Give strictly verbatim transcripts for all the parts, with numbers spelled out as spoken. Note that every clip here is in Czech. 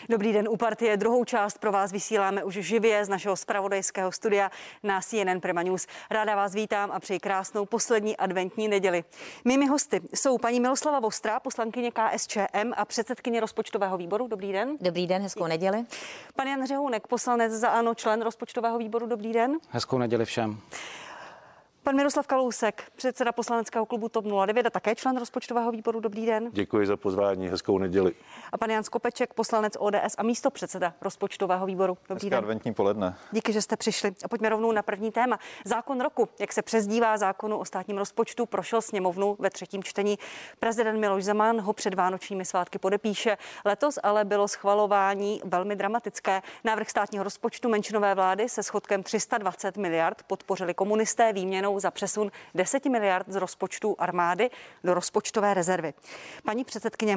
Dobrý den u Partie. Druhou část pro vás vysíláme už živě z našeho zpravodajského studia na C N N Prima News. Ráda vás vítám a přeji krásnou poslední adventní neděli. Mými hosty jsou paní Miloslava Vostrá, poslankyně K S Č M a předsedkyně rozpočtového výboru. Dobrý den. Dobrý den, hezkou neděli. Pan Jan Řehounek, poslanec za ANO, člen rozpočtového výboru. Dobrý den. Hezkou neděli všem. Pan Miroslav Kalousek, předseda poslaneckého klubu TOP nula devět a také člen rozpočtového výboru. Dobrý den. Děkuji za pozvání, hezkou neděli. A pan Jan Skopeček, poslanec O D S a místopředseda rozpočtového výboru. Dobrý Hezká den. adventní poledne. Díky, že jste přišli. A pojďme rovnou na první téma. Zákon roku, jak se přezdívá zákonu o státním rozpočtu, prošel sněmovnu ve třetím čtení. Prezident Miloš Zeman ho před vánočními svátky podepíše. Letos ale bylo schvalování velmi dramatické. Návrh státního rozpočtu menšinové vlády se schodkem tři sta dvacet miliard podpořili komunisté výměnou za přesun deset miliard z rozpočtu armády do rozpočtové rezervy. Paní předsedkyně,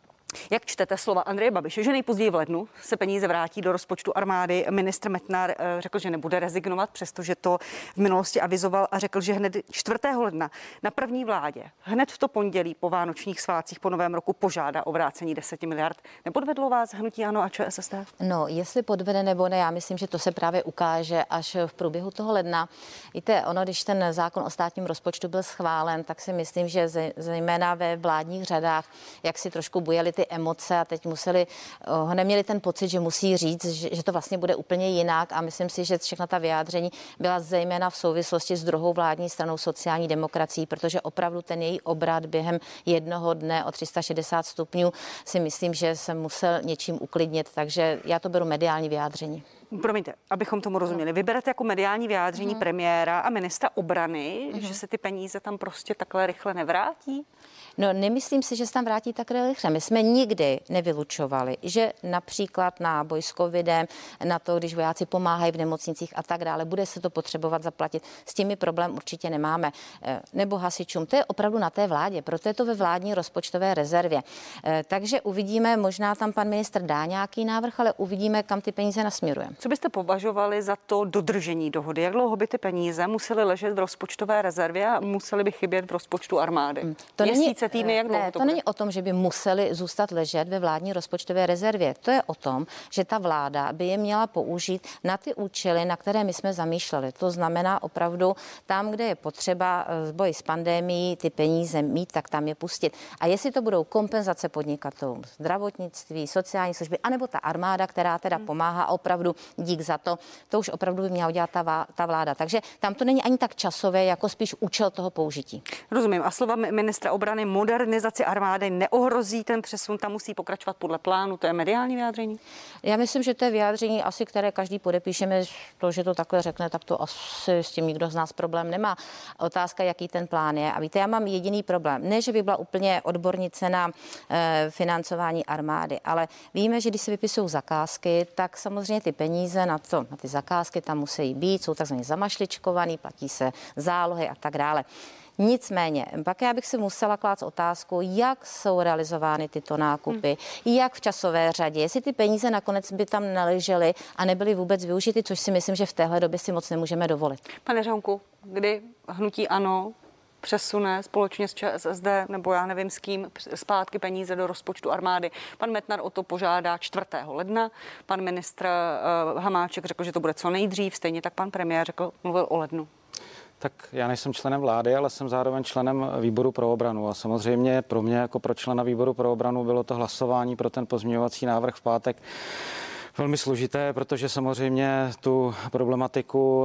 jak čtete slova Andreje Babiše, že nejpozději v lednu se peníze vrátí do rozpočtu armády? Ministr Metnar řekl, že nebude rezignovat, přestože to v minulosti avizoval a řekl, že hned čtvrtého ledna na první vládě, hned v to pondělí po vánočních svátcích po novém roku požádá o vrácení deseti miliard. Nepodvedlo vás hnutí ANO a Č S S D? No, jestli podvede nebo ne, já myslím, že to se právě ukáže až v průběhu toho ledna. Víte, ono, když ten zákon o státním rozpočtu byl schválen, tak si myslím, že zejména ve vládních řadách, jak si trošku bujeli ty emoce a teď museli, ho neměli ten pocit, že musí říct, že, že to vlastně bude úplně jinak a myslím si, že všechna ta vyjádření byla zejména v souvislosti s druhou vládní stranou sociální demokracií, protože opravdu ten její obrat během jednoho dne o tři sta šedesát stupňů si myslím, že se musel něčím uklidnit, takže já to beru mediální vyjádření. Promiňte, abychom tomu rozuměli. Vyberete jako mediální vyjádření mm. premiéra a ministra obrany, mm. že se ty peníze tam prostě takhle rychle nevrátí? No, nemyslím si, že se tam vrátí tak rychle. My jsme nikdy nevylučovali, že například na boj s covidem, na to, když vojáci pomáhají v nemocnicích a tak dále, bude se to potřebovat zaplatit. S těmi problém určitě nemáme. Nebo hasičům. To je opravdu na té vládě, proto je to ve vládní rozpočtové rezervě. Takže uvidíme, možná tam pan ministr dá nějaký návrh, ale uvidíme, kam ty peníze nasměrujeme. Co byste považovali za to dodržení dohody? Jak dlouho by ty peníze musely ležet v rozpočtové rezervě a musely by chybět v rozpočtu armády? To Měsíce, týdny, jak dlouho ne, to, to bude? Není o tom, že by museli zůstat ležet ve vládní rozpočtové rezervě. To je o tom, že ta vláda by je měla použít na ty účely, na které my jsme zamýšleli. To znamená opravdu tam, kde je potřeba boj s pandemií, ty peníze mít, tak tam je pustit. A jestli to budou kompenzace podnikatelům, zdravotnictví, sociální služby, anebo ta armáda, která teda hmm. pomáhá, opravdu dík za to, to už opravdu by měla udělat ta, ta vláda. Takže tam to není ani tak časové, jako spíš účel toho použití. Rozumím. A slova ministra obrany, modernizaci armády neohrozí ten přesun, tam musí pokračovat podle plánu, to je mediální vyjádření? Já myslím, že to je vyjádření asi, které každý podepíšeme, to, že to takhle řekne, tak to asi s tím nikdo z nás problém nemá. Otázka, jaký ten plán je. A víte, já mám jediný problém. Ne, že by byla úplně odbornice na e, financování armády, ale víme, že když se vypisují zakázky, tak samozřejmě ty peníze na to, na ty zakázky tam musí být, jsou takzvaně zamašličkovaný, platí se zálohy a tak dále. Nicméně, pak já bych si musela klást otázku, jak jsou realizovány tyto nákupy, hmm. jak v časové řadě, jestli ty peníze nakonec by tam naležely a nebyly vůbec využity, což si myslím, že v téhle době si moc nemůžeme dovolit. Pane Řehounku, kdy hnutí ANO přesune společně s Č S S D nebo já nevím s kým zpátky peníze do rozpočtu armády? Pan Metnar o to požádá čtvrtého ledna. Pan ministr uh, Hamáček řekl, že to bude co nejdřív, stejně tak pan premiér řekl, mluvil o lednu. Tak já nejsem členem vlády, ale jsem zároveň členem výboru pro obranu a samozřejmě pro mě jako pro člena výboru pro obranu bylo to hlasování pro ten pozměňovací návrh v pátek velmi složité, protože samozřejmě tu problematiku uh,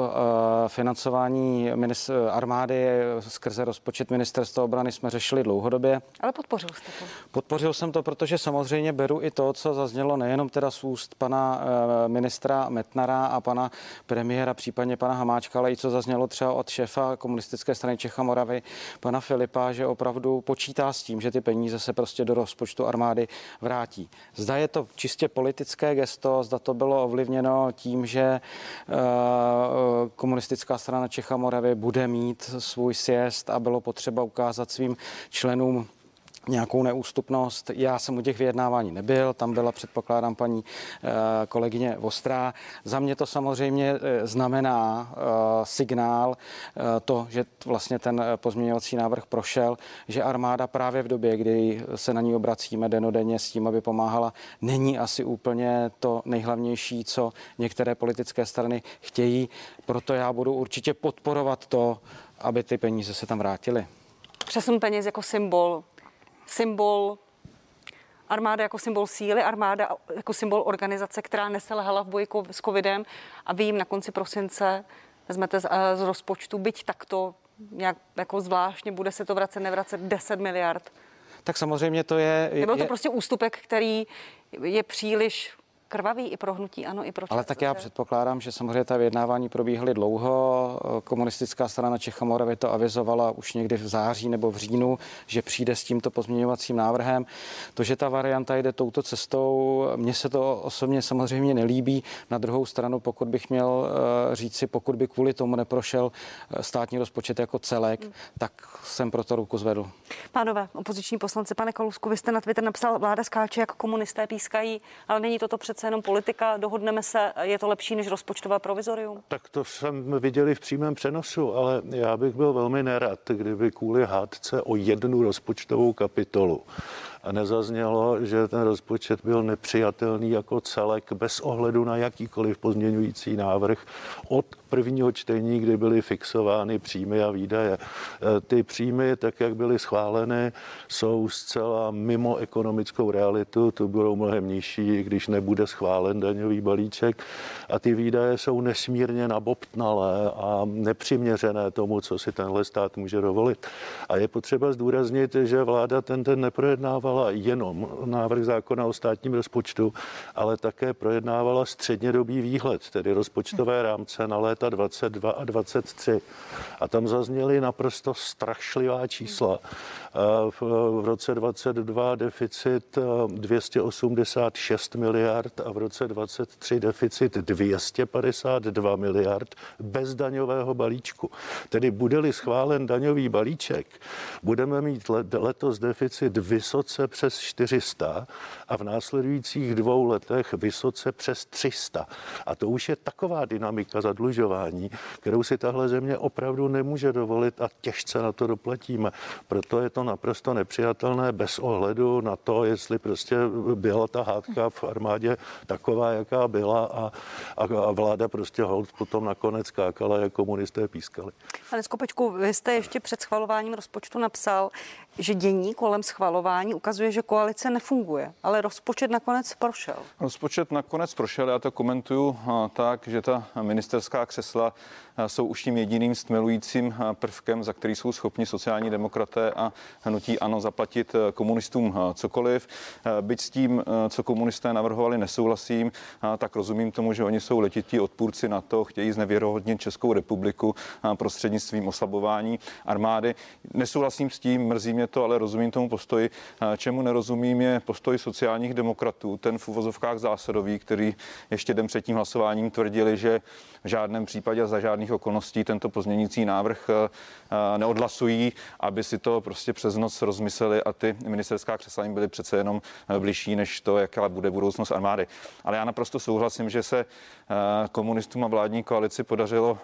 financování minis- armády skrze rozpočet ministerstva obrany jsme řešili dlouhodobě. Ale podpořil jste to? Podpořil jsem to, protože samozřejmě beru i to, co zaznělo nejenom teda z úst pana uh, ministra Metnara a pana premiéra, případně pana Hamáčka, ale i co zaznělo třeba od šéfa komunistické strany Čech a Moravy, pana Filipa, že opravdu počítá s tím, že ty peníze se prostě do rozpočtu armády vrátí. Zda je to čistě politické gesto, zda to bylo ovlivněno tím, že uh, komunistická strana Čech a Moravy bude mít svůj sjezd a bylo potřeba ukázat svým členům nějakou neústupnost. Já jsem u těch vyjednávání nebyl, tam byla, předpokládám, paní kolegyně Vostrá. Za mě to samozřejmě znamená signál to, že vlastně ten pozměňovací návrh prošel, že armáda právě v době, kdy se na ní obracíme dennodenně s tím, aby pomáhala, není asi úplně to nejhlavnější, co některé politické strany chtějí. Proto já budu určitě podporovat to, aby ty peníze se tam vrátily. Přesun peněz jako symbol, symbol armáda jako symbol síly, armáda jako symbol organizace, která neselhala v boji s covidem a vy jim na konci prosince vezmete z, z rozpočtu, byť takto nějak jako zvláštně, bude se to vracet, nevracet deset miliard. Tak samozřejmě to je... Nebyl to je... prostě ústupek, který je příliš krvavý i pro hnutí, ano, i pro Ale tak já předpokládám, že samozřejmě ta vyjednávání probíhaly dlouho. Komunistická strana Čech a Moravy to avizovala už někdy v září nebo v říjnu, že přijde s tímto pozměňovacím návrhem. To, že ta varianta jde touto cestou, mně se to osobně samozřejmě nelíbí. Na druhou stranu, pokud bych měl říct si, pokud by kvůli tomu neprošel státní rozpočet jako celek, hmm. tak jsem pro to ruku zvedl. Pánové, opoziční poslanci, pane Kalousku, vy jste na Twitter napsal, vláda skáče, jak komunisté pískají, ale není toto přece jenom politika, dohodneme se, je to lepší než rozpočtová provizorium? Tak to jsem viděli v přímém přenosu, ale já bych byl velmi nerad, kdyby kvůli hádce o jednu rozpočtovou kapitolu a nezaznělo, že ten rozpočet byl nepřijatelný jako celek bez ohledu na jakýkoliv pozměňující návrh od prvního čtení, kdy byly fixovány příjmy a výdaje. Ty příjmy, tak jak byly schváleny, jsou zcela mimo ekonomickou realitu, to budou mnohem nižší, když nebude schválen daňový balíček, a ty výdaje jsou nesmírně nabobtnalé a nepřiměřené tomu, co si tenhle stát může dovolit. A je potřeba zdůraznit, že vláda ten den neprojednávala jenom návrh zákona o státním rozpočtu, ale také projednávala střednědobý výhled, tedy rozpočtové rámce na léta dvacet dva a dvacet tři. A tam zazněly naprosto strašlivá čísla. V roce dvacet dva deficit dvě stě osmdesát šest miliard a v roce dvacet tři deficit dvě stě padesát dva miliard bez daňového balíčku. Tedy bude-li schválen daňový balíček, budeme mít letos deficit vysoce přes čtyři sta a v následujících dvou letech vysoce přes tři sta. A to už je taková dynamika zadlužování, kterou si tahle země opravdu nemůže dovolit a těžce na to doplatíme. Proto je to naprosto nepřijatelné bez ohledu na to, jestli prostě byla ta hádka v armádě taková, jaká byla a, a, a vláda prostě hold potom nakonec skákala, jak komunisté pískali. Pane Skopečku, vy jste ještě před schvalováním rozpočtu napsal, že dění kolem schvalování ukazuje, že koalice nefunguje, ale rozpočet nakonec prošel. Rozpočet nakonec prošel, já to komentuju tak, že ta ministerská křesla jsou už tím jediným stmelujícím prvkem, za který jsou schopni sociální demokraté a hnutí ANO zaplatit komunistům cokoliv. Byť s tím, co komunisté navrhovali, nesouhlasím, tak rozumím tomu, že oni jsou letití odpůrci NATO, chtějí znevěrohodnit Českou republiku prostřednictvím oslabování armády. Nesouhlasím s tím, mrzí mě to, ale rozumím tomu postoji. Čemu nerozumím, je postoj sociálních demokratů, ten v uvozovkách zásadový, který ještě den před tím hlasováním tvrdili, že v žádném případě a za žádných okolností tento pozměňující návrh neodhlasují, aby si to prostě přes noc rozmysleli a ty ministerská křesla jim byly přece jenom bližší než to, jaká bude budoucnost armády. Ale já naprosto souhlasím, že se komunistům a vládní koalici podařilo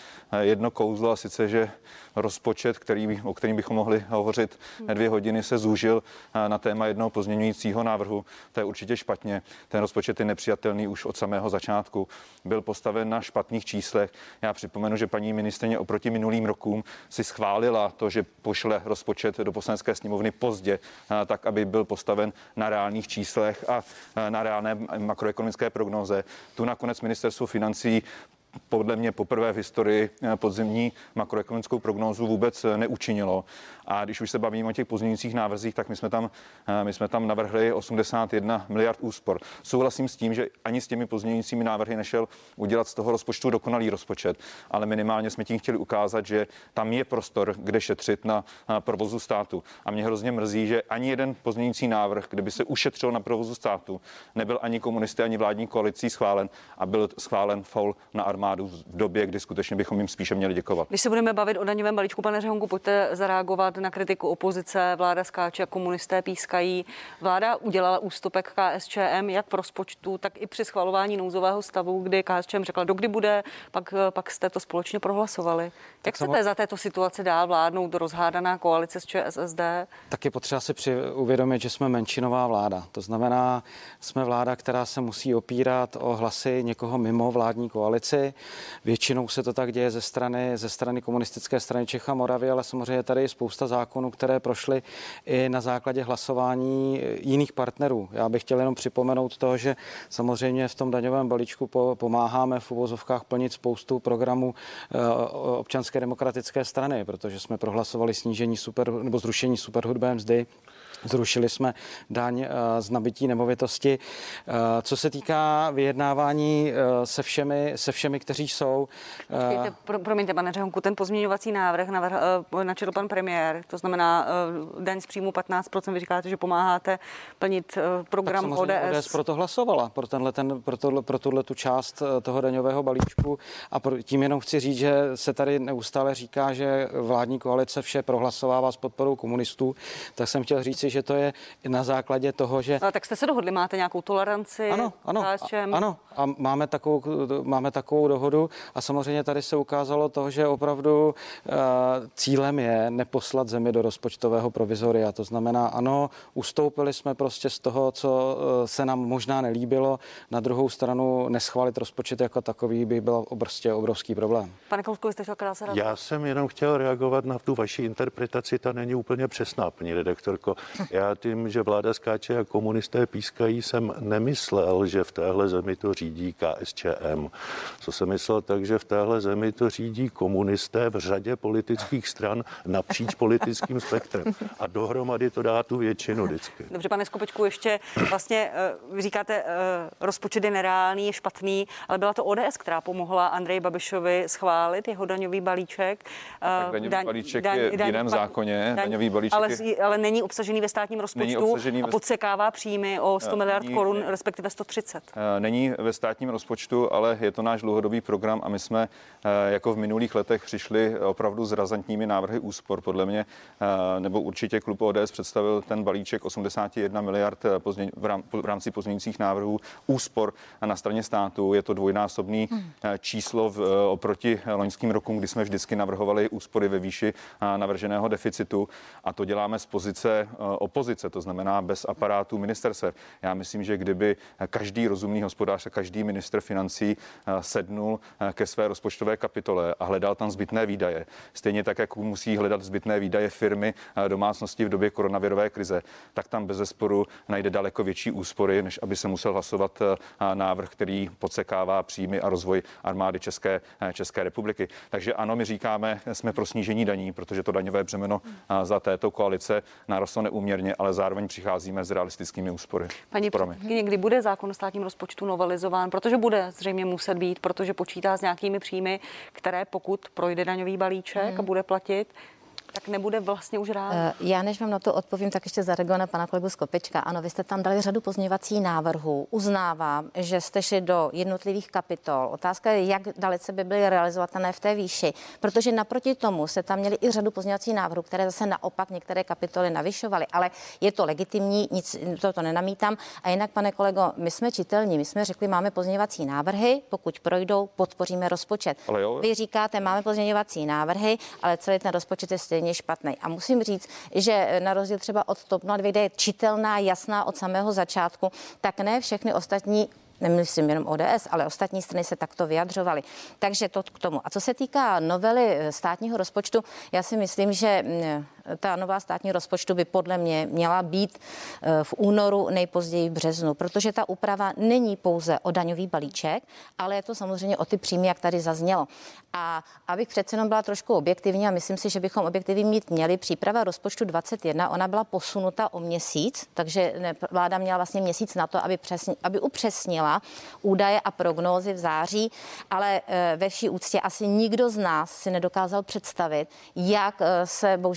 jedno kouzlo, a sice, že rozpočet, který, o kterým bychom mohli hovořit dvě hodiny, se zúžil na téma jednoho pozměňujícího návrhu. To je určitě špatně. Ten rozpočet je nepřijatelný už od samého začátku. Byl postaven na špatných číslech. Já připomenu, že paní ministryně oproti minulým rokům si schválila to, že pošle rozpočet do Poslanecké sněmovny pozdě, tak aby byl postaven na reálných číslech a na reálné makroekonomické prognóze. Tu nakonec ministerstvo financí podle mě poprvé v historii podzimní makroekonomickou prognózu vůbec neučinilo. A když už se bavíme o těch pozměňujících návrzích, tak my jsme tam, my jsme tam navrhli osmdesát jedna miliard úspor. Souhlasím s tím, že ani s těmi pozměňujícími návrhy nešel udělat z toho rozpočtu dokonalý rozpočet, ale minimálně jsme tím chtěli ukázat, že tam je prostor, kde šetřit na provozu státu. A mě hrozně mrzí, že ani jeden pozměňující návrh, kde by se ušetřil na provozu státu, nebyl ani komunisty, ani vládní koalicí schválen a byl schválen faul na armádu. armádu v době, kdy skutečně bychom jim spíše měli děkovat. Když se budeme bavit o daňovém balíčku, pane Řehounku, pojďte zareagovat na kritiku opozice. Vláda skáče, komunisté pískají. Vláda udělala ústupek K S Č M jak v rozpočtu, tak i při schvalování nouzového stavu, kdy K S Č M řekla, dokdy bude, pak, pak jste to společně prohlasovali. Jak tak chcete samo... za této situace dál vládnout rozhádaná koalice s Č S S D? Tak je potřeba si při... uvědomit, že jsme menšinová vláda. To znamená, jsme vláda, která se musí opírat o hlasy někoho mimo vládní koalici. Většinou se to tak děje ze strany, ze strany komunistické strany Čech a Moravy, ale samozřejmě tady je spousta zákonů, které prošly i na základě hlasování jiných partnerů. Já bych chtěl jenom připomenout to, že samozřejmě v tom daňovém balíčku pomáháme v uvozovkách plnit spoustu programů Občanské demokratické strany, protože jsme prohlasovali snížení super, nebo zrušení superhrubé mzdy. Zrušili jsme daň z nabytí nemovitosti. Co se týká vyjednávání se všemi, se všemi, kteří jsou. Počkejte, pro, promiňte, pane Řehounku, ten pozměňovací návrh navrh, načetl pan premiér, to znamená daň z příjmu patnáct procent. Vy říkáte, že pomáháte plnit program O D S. O D S proto hlasovala, pro, tenhle, ten, pro, tohle, pro tuhle tu část toho daňového balíčku. A pro, tím jenom chci říct, že se tady neustále říká, že vládní koalice vše prohlasovává s podporou komunistů. Tak jsem chtěl říct, že to je na základě toho, že... Ale tak jste se dohodli, máte nějakou toleranci? Ano, ano, a, ano. A máme takovou, máme takovou dohodu a samozřejmě tady se ukázalo to, že opravdu uh, cílem je neposlat zemi do rozpočtového provizoria. To znamená, ano, ustoupili jsme prostě z toho, co uh, se nám možná nelíbilo. Na druhou stranu neschválit rozpočet jako takový by byl prostě obrovský problém. Pane Kalousko, jste chtěl krátce reagovat? Já jsem jenom chtěl reagovat na tu vaši interpretaci, ta není úplně přesná, paní redaktorko. Já tím, že vláda skáče a komunisté pískají, jsem nemyslel, že v téhle zemi to řídí K S Č M. Co jsem myslel, tak, že v téhle zemi to řídí komunisté v řadě politických stran napříč politickým spektrem. A dohromady to dá tu většinu vždycky. Dobře, pane Skopečku, ještě vlastně vy říkáte, rozpočet je nereálný, je špatný, ale byla to O D S, která pomohla Andreji Babišovi schválit jeho daňový balíček. Tak daňový daň, balíček daň, je v jiném daň, zákoně. Daň, daňový balíček ale, je... ale není obsažený ve státním rozpočtu a podsekává příjmy o sto miliard korun, respektive sto třicet. Není ve státním rozpočtu, ale je to náš dlouhodobý program a my jsme jako v minulých letech přišli opravdu s razantními návrhy úspor. Podle mě, nebo určitě klub O D S představil ten balíček osmdesát jedna miliard v rámci pozměňujících návrhů úspor na straně státu. Je to dvojnásobný hmm. číslo v, oproti loňským rokům, kdy jsme vždycky navrhovali úspory ve výši navrženého deficitu a to děláme z pozice opozice, to znamená bez aparátu ministerstev. Já myslím, že kdyby každý rozumný hospodář a každý ministr financí sednul ke své rozpočtové kapitole a hledal tam zbytné výdaje, stejně tak, jak musí hledat zbytné výdaje firmy, domácnosti v době koronavirové krize, tak tam bezesporu najde daleko větší úspory, než aby se musel hlasovat návrh, který podsekává příjmy a rozvoj armády České, České republiky. Takže ano, my říkáme, jsme pro snížení daní, protože to daňové břemeno za této koalice narostlo neúměrně, ale zároveň přicházíme s realistickými úspory. Paní předsedkyně, kdy bude zákon o státním rozpočtu novelizován, protože bude zřejmě muset být, protože počítá s nějakými příjmy, které pokud projde daňový balíček hmm. a bude platit, tak nebude vlastně už reálný. Já než vám na to odpovím, tak ještě zareaguji na pana kolegu Skopečka. Ano, vy jste tam dali řadu pozměňovací návrhů. Uznávám, že jste šli do jednotlivých kapitol. Otázka je, jak dalece by byly realizovatelné v té výši, protože naproti tomu se tam měli i řadu pozměňovací návrhů, které zase naopak některé kapitoly navyšovaly, ale je to legitimní, nic to, to nenamítám. A jinak, pane kolego, my jsme čitelní, my jsme řekli, máme pozměňovací návrhy, pokud projdou, podpoříme rozpočet. Vy říkáte, máme pozměňovací návrhy, ale celý ten rozpočet je stejně špatný. A musím říct, že na rozdíl třeba od TOP nula dva, kde je čitelná, jasná od samého začátku, tak ne všechny ostatní, nemyslím jenom O D S, ale ostatní strany se takto vyjadřovaly. Takže to k tomu. A co se týká novely státního rozpočtu, já si myslím, že ta nová státní rozpočtu by podle mě měla být v únoru, nejpozději v březnu, protože ta úprava není pouze o daňový balíček, ale je to samozřejmě o ty příjmy, jak tady zaznělo. A abych přece jenom byla trošku objektivní a myslím si, že bychom objektivně mít měli, příprava rozpočtu dvacet jedna, ona byla posunuta o měsíc, takže vláda měla vlastně měsíc na to, aby, přesně, aby upřesnila údaje a prognózy v září, ale ve vší úctě asi nikdo z nás si nedokázal představit, jak se bohužel pandemie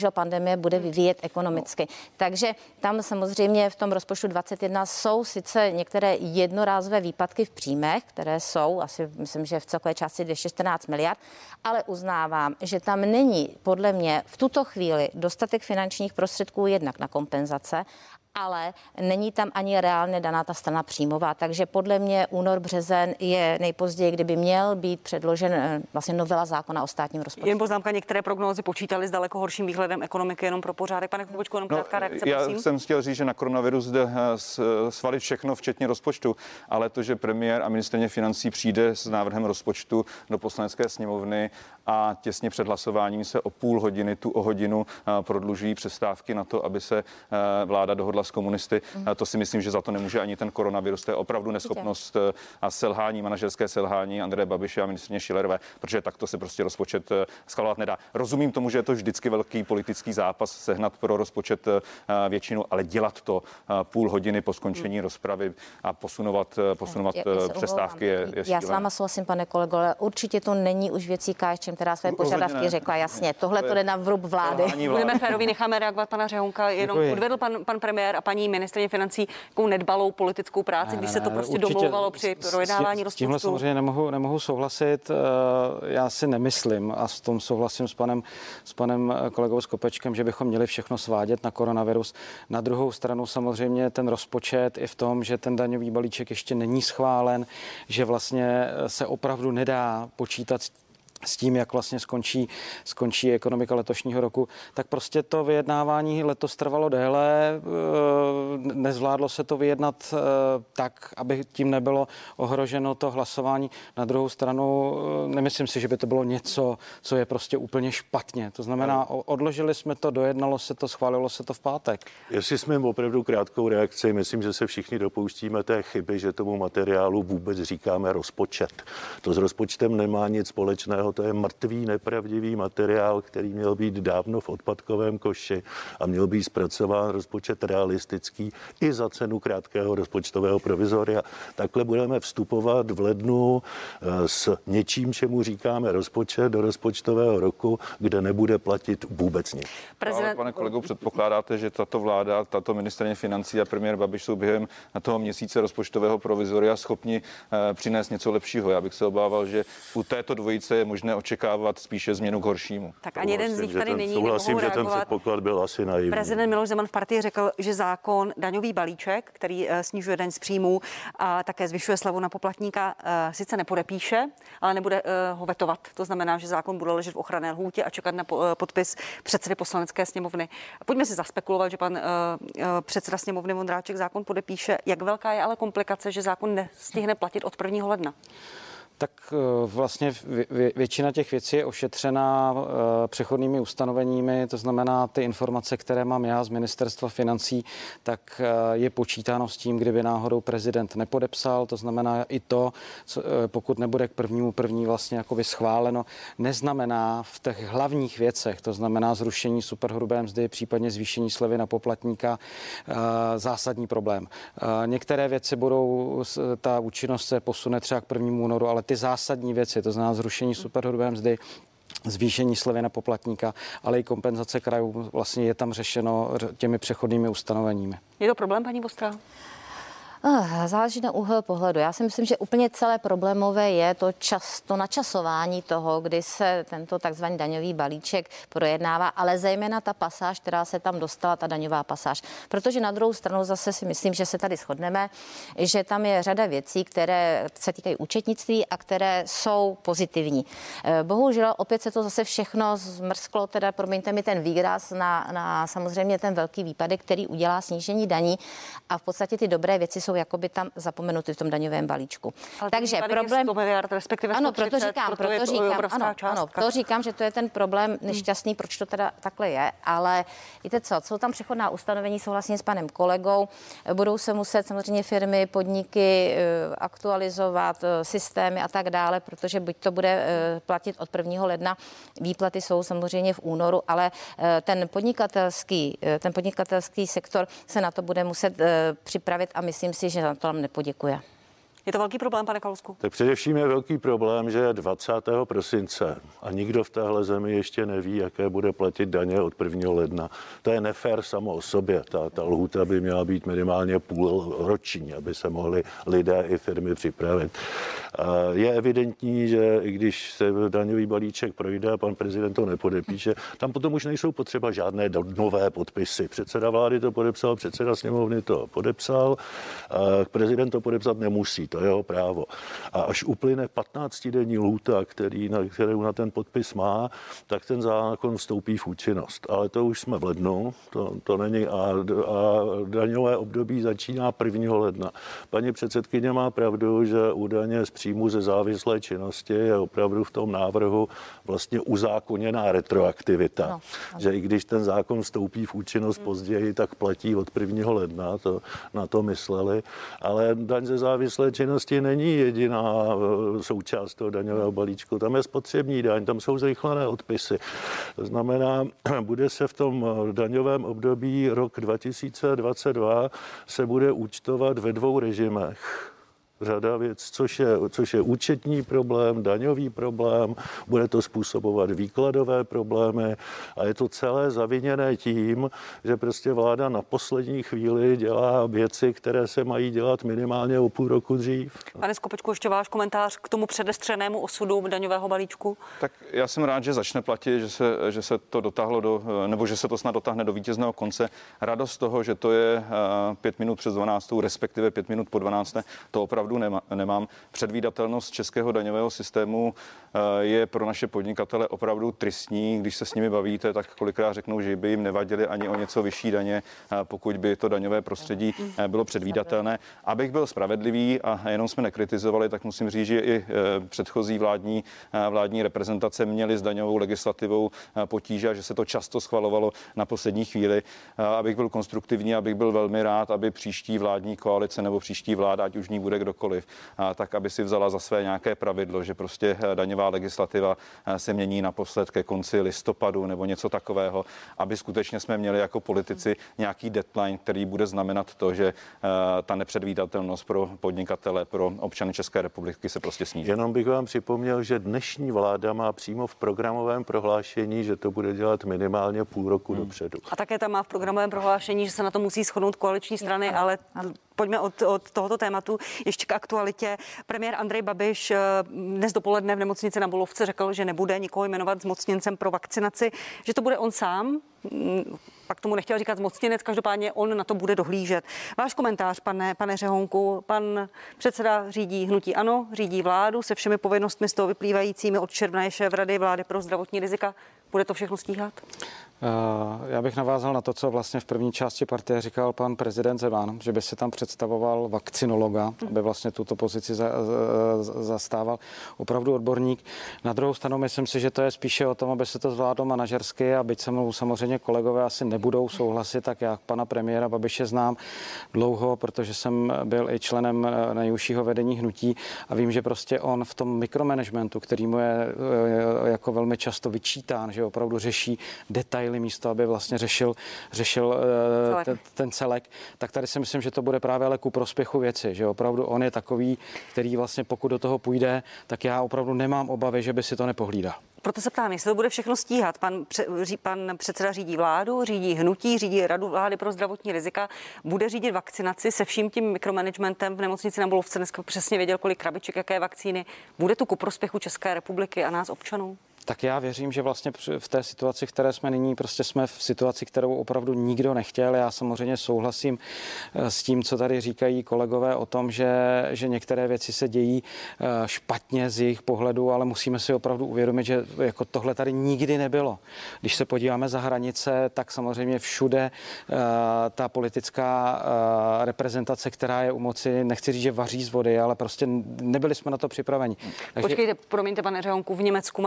země bude vyvíjet ekonomicky. Takže tam samozřejmě v tom rozpočtu dvacet jedna jsou sice některé jednorázové výpadky v příjmech, které jsou asi, myslím, že v celkové části dvě stě čtrnáct miliard, ale uznávám, že tam není podle mě v tuto chvíli dostatek finančních prostředků jednak na kompenzace, ale není tam ani reálně daná ta strana příjmová. Takže podle mě únor, březen je nejpozději, kdyby měl být předložen vlastně novela zákona o státním rozpočtu. Jen poznámka, některé prognózy počítaly s daleko horším výhledem ekonomiky, jenom pro pořádek. Pane Klubočku, jenom krátká reakce, já prosím. Já jsem chtěl říct, že na koronavirus jde svalit všechno, včetně rozpočtu, ale to, že premiér a ministryně financí přijde s návrhem rozpočtu do Poslanecké sněmovny a těsně před hlasováním se o půl hodiny, tu o hodinu prodlužují přestávky na to, aby se vláda dohodla s komunisty. Mm. To si myslím, že za to nemůže ani ten koronavirus. To je opravdu neschopnost a selhání, manažerské selhání Andreje Babiše a ministryně Schillerové, protože takto se prostě rozpočet schvalovat nedá. Rozumím tomu, že je to vždycky velký politický zápas sehnat pro rozpočet většinu, ale dělat to půl hodiny po skončení mm. rozpravy a posunovat, posunovat já, já přestávky je, je Já s váma souhlasím, pane kolego, ale určitě to není už věcí K S Č M, která své požadavky řekla jasně. Tohle to jde na vrub vlády. Budeme féroví, necháme reagovat pana Řehounka. Jenom Děkuji. Odvedl pan, pan premiér a paní ministryně financí takovou nedbalou politickou práci, ne, když ne, se to prostě určitě domlouvalo při projednávání rozpočtu. S tímhle samozřejmě nemohu, nemohu souhlasit. Já si nemyslím a s tom souhlasím s panem, s panem kolegou Skopečkem, že bychom měli všechno svádět na koronavirus. Na druhou stranu samozřejmě ten rozpočet i v tom, že ten daňový balíček ještě není schválen, že vlastně se opravdu nedá počítat s tím, jak vlastně skončí, skončí ekonomika letošního roku, tak prostě to vyjednávání letos trvalo déle, nezvládlo se to vyjednat tak, aby tím nebylo ohroženo to hlasování. Na druhou stranu nemyslím si, že by to bylo něco, co je prostě úplně špatně. To znamená, odložili jsme to, dojednalo se to, schválilo se to v pátek. Jestli jsme opravdu krátkou reakci, myslím, že se všichni dopouštíme té chyby, že tomu materiálu vůbec říkáme rozpočet. To s rozpočtem nemá nic společného. To je mrtvý, nepravdivý materiál, který měl být dávno v odpadkovém koši a měl být zpracován rozpočet realistický i za cenu krátkého rozpočtového provizoria. Takhle budeme vstupovat v lednu s něčím, čemu říkáme rozpočet, do rozpočtového roku, kde nebude platit vůbec nic. Prezident... Ale, pane kolego, předpokládáte, že tato vláda, tato ministryně financí a premiér Babiš jsou během toho měsíce rozpočtového provizoria schopni eh, přinést něco lepšího. Já bych se obával, že u této dvojice je možné očekávat spíše změnu k horšímu. Tak ani jeden z nich tady není, souhlasím, že ten předpoklad byl asi naivní. Prezident Miloš Zeman v Partii řekl, že zákon daňový balíček, který uh, snižuje daň z příjmů a také zvyšuje slevu na poplatníka, uh, sice nepodepíše, ale nebude uh, ho vetovat. To znamená, že zákon bude ležet v ochranné lhůtě a čekat na po, uh, podpis předsedy Poslanecké sněmovny. Pojďme si zaspekulovat, že pan uh, uh, předseda sněmovny Vondráček zákon podepíše. Jak velká je ale komplikace, že zákon nestihne platit od prvního ledna? Tak vlastně většina těch věcí je ošetřená přechodnými ustanoveními, to znamená ty informace, které mám já z ministerstva financí, tak je počítáno s tím, kdyby náhodou prezident nepodepsal, to znamená i to, pokud nebude k prvnímu první vlastně jakoby schváleno, neznamená v těch hlavních věcech, to znamená zrušení superhrubé mzdy, případně zvýšení slevy na poplatníka, zásadní problém. Některé věci budou, ta účinnost se posune třeba k prvnímu únoru, ale ty zásadní věci, to znamená zrušení superhrubé mzdy, zvýšení slevy na poplatníka, ale i kompenzace krajů, vlastně je tam řešeno těmi přechodnými ustanoveními. Je to problém, paní Vostrá? Záleží na úhel pohledu. Já si myslím, že úplně celé problémové je to, čas, to načasování toho, kdy se tento takzvaný daňový balíček projednává, ale zejména ta pasáž, která se tam dostala, ta daňová pasáž. Protože na druhou stranu zase si myslím, že se tady shodneme, že tam je řada věcí, které se týkají účetnictví a které jsou pozitivní. Bohužel opět se to zase všechno zmrsklo, teda promiňte mi ten výraz na, na samozřejmě ten velký výpadek, který udělá snížení daní a v podstatě ty dobré věci jsou jakoby tam zapomenuty v tom daňovém balíčku. Ale takže problém sto miliard, respektive ano, sto třicet, proto říkám, proto, proto říkám, ano, ano, to říkám, že to je ten problém nešťastný, proč to teda takhle je, ale víte co, jsou tam přechodná ustanovení, souhlasím s panem kolegou, budou se muset samozřejmě firmy, podniky aktualizovat systémy a tak dále, protože buď to bude platit od prvního ledna, výplaty jsou samozřejmě v únoru, ale ten podnikatelský, ten podnikatelský sektor se na to bude muset připravit a myslím si, že na to nám nepoděkuje. Je to velký problém, pane Kalousku? Tak především je velký problém, že je dvacátého prosince a nikdo v téhle zemi ještě neví, jaké bude platit daně od prvního ledna. To je nefér samo o sobě. Ta, ta lhůta by měla být minimálně půlroční, aby se mohli lidé i firmy připravit. Je evidentní, že i když se daňový balíček projde a pan prezident to nepodepíše, tam potom už nejsou potřeba žádné nové podpisy. Předseda vlády to podepsal, předseda sněmovny to podepsal, prezident to podepsat nemusí, to je jeho právo. A až uplyne patnáctidenní lhůta, který na, kterou na ten podpis má, tak ten zákon vstoupí v účinnost. Ale to už jsme v lednu, to, to není, a, a daňové období začíná prvního ledna. Paní předsedkyně má pravdu, že u daně z příjmu ze závislé činnosti je opravdu v tom návrhu vlastně uzákoněná retroaktivita. No, že i když ten zákon vstoupí v účinnost hmm. později, tak platí od prvního ledna, to na to mysleli. Ale daň ze závislé činnosti není jediná součást toho daňového balíčku. Tam je spotřební daň, tam jsou zrychlené odpisy. To znamená, bude se v tom daňovém období rok dva tisíce dvacet dva se bude účtovat ve dvou režimech. Řada věc, což je, což je účetní problém, daňový problém, bude to způsobovat výkladové problémy a je to celé zaviněné tím, že prostě vláda na poslední chvíli dělá věci, které se mají dělat minimálně o půl roku dřív. Pane Skopečku, ještě váš komentář k tomu předestřenému osudu daňového balíčku? Tak já jsem rád, že začne platit, že se, že se to dotáhlo do, nebo že se to snad dotáhne do vítězného konce. Radost toho, že to je pět minut přes dvanáctou, respektive pět minut po dvanácté, to opravdu nemám. Předvídatelnost českého daňového systému je pro naše podnikatele opravdu tristní. Když se s nimi bavíte, tak kolikrát řeknou, že by jim nevadily ani o něco vyšší daně, pokud by to daňové prostředí bylo předvídatelné. Abych byl spravedlivý a jenom jsme nekritizovali, tak musím říct, že i předchozí vládní, vládní reprezentace měly s daňovou legislativou potíže a že se to často schvalovalo na poslední chvíli. Abych byl konstruktivní, abych byl velmi rád, aby příští vládní koalice nebo příští vláda, ať už ní bude kdokoliv, tak aby si vzala za své nějaké pravidlo, že prostě daňová legislativa se mění naposled ke konci listopadu nebo něco takového, aby skutečně jsme měli jako politici nějaký deadline, který bude znamenat to, že ta nepředvídatelnost pro podnikatele, pro občany České republiky se prostě sníží. Jenom bych vám připomněl, že dnešní vláda má přímo v programovém prohlášení, že to bude dělat minimálně půl roku hmm. dopředu. A také tam má v programovém prohlášení, že se na to musí shodnout koaliční strany, ano, ale ano. Pojďme od, od tohoto tématu ještě k aktualitě. Premiér Andrej Babiš dnes dopoledne v nemocnici na Bulovce řekl, že nebude nikoho jmenovat zmocněncem pro vakcinaci, že to bude on sám. Pak tomu nechtěl říkat zmocněnec, každopádně on na to bude dohlížet. Váš komentář, pane, pane Řehounku, pan předseda řídí hnutí ANO, řídí vládu se všemi povinnostmi z toho vyplývajícími, od června je šéf Rady vlády pro zdravotní rizika. Bude to všechno stíhat? Já bych navázal na to, co vlastně v první části partie říkal pan prezident Zeman, že by se tam představoval vakcinologa, aby vlastně tuto pozici za, za, zastával opravdu odborník. Na druhou stranu myslím si, že to je spíše o tom, aby se to zvládlo manažersky, a byť se mnou samozřejmě kolegové asi nebudou souhlasit, tak já pana premiéra Babiše znám dlouho, protože jsem byl i členem nejúžšího vedení hnutí a vím, že prostě on v tom mikromanagementu, který mu je jako velmi často vyčítán, že opravdu řeší detaily místo, aby vlastně řešil, řešil celek. Ten, ten celek, tak tady si myslím, že to bude právě ale ku prospěchu věci, že opravdu on je takový, který vlastně pokud do toho půjde, tak já opravdu nemám obavy, že by si to nepohlídal. Proto se ptám, jestli to bude všechno stíhat. Pan, pan předseda řídí vládu, řídí hnutí, řídí Radu vlády pro zdravotní rizika, bude řídit vakcinaci se vším tím mikromanagementem v nemocnici na Bulovce. Dneska přesně věděl, kolik krabiček, jaké vakcíny. Bude to ku prospěchu České republiky a nás občanů? Tak já věřím, že vlastně v té situaci, které jsme nyní, prostě jsme v situaci, kterou opravdu nikdo nechtěl. Já samozřejmě souhlasím s tím, co tady říkají kolegové o tom, že, že některé věci se dějí špatně z jejich pohledu, ale musíme si opravdu uvědomit, že jako tohle tady nikdy nebylo. Když se podíváme za hranice, tak samozřejmě všude ta politická reprezentace, která je u moci, nechci říct, že vaří z vody, ale prostě nebyli jsme na to připraveni. Takže... Počkejte, promiňte, pane Řehounku, v Německu mají detailní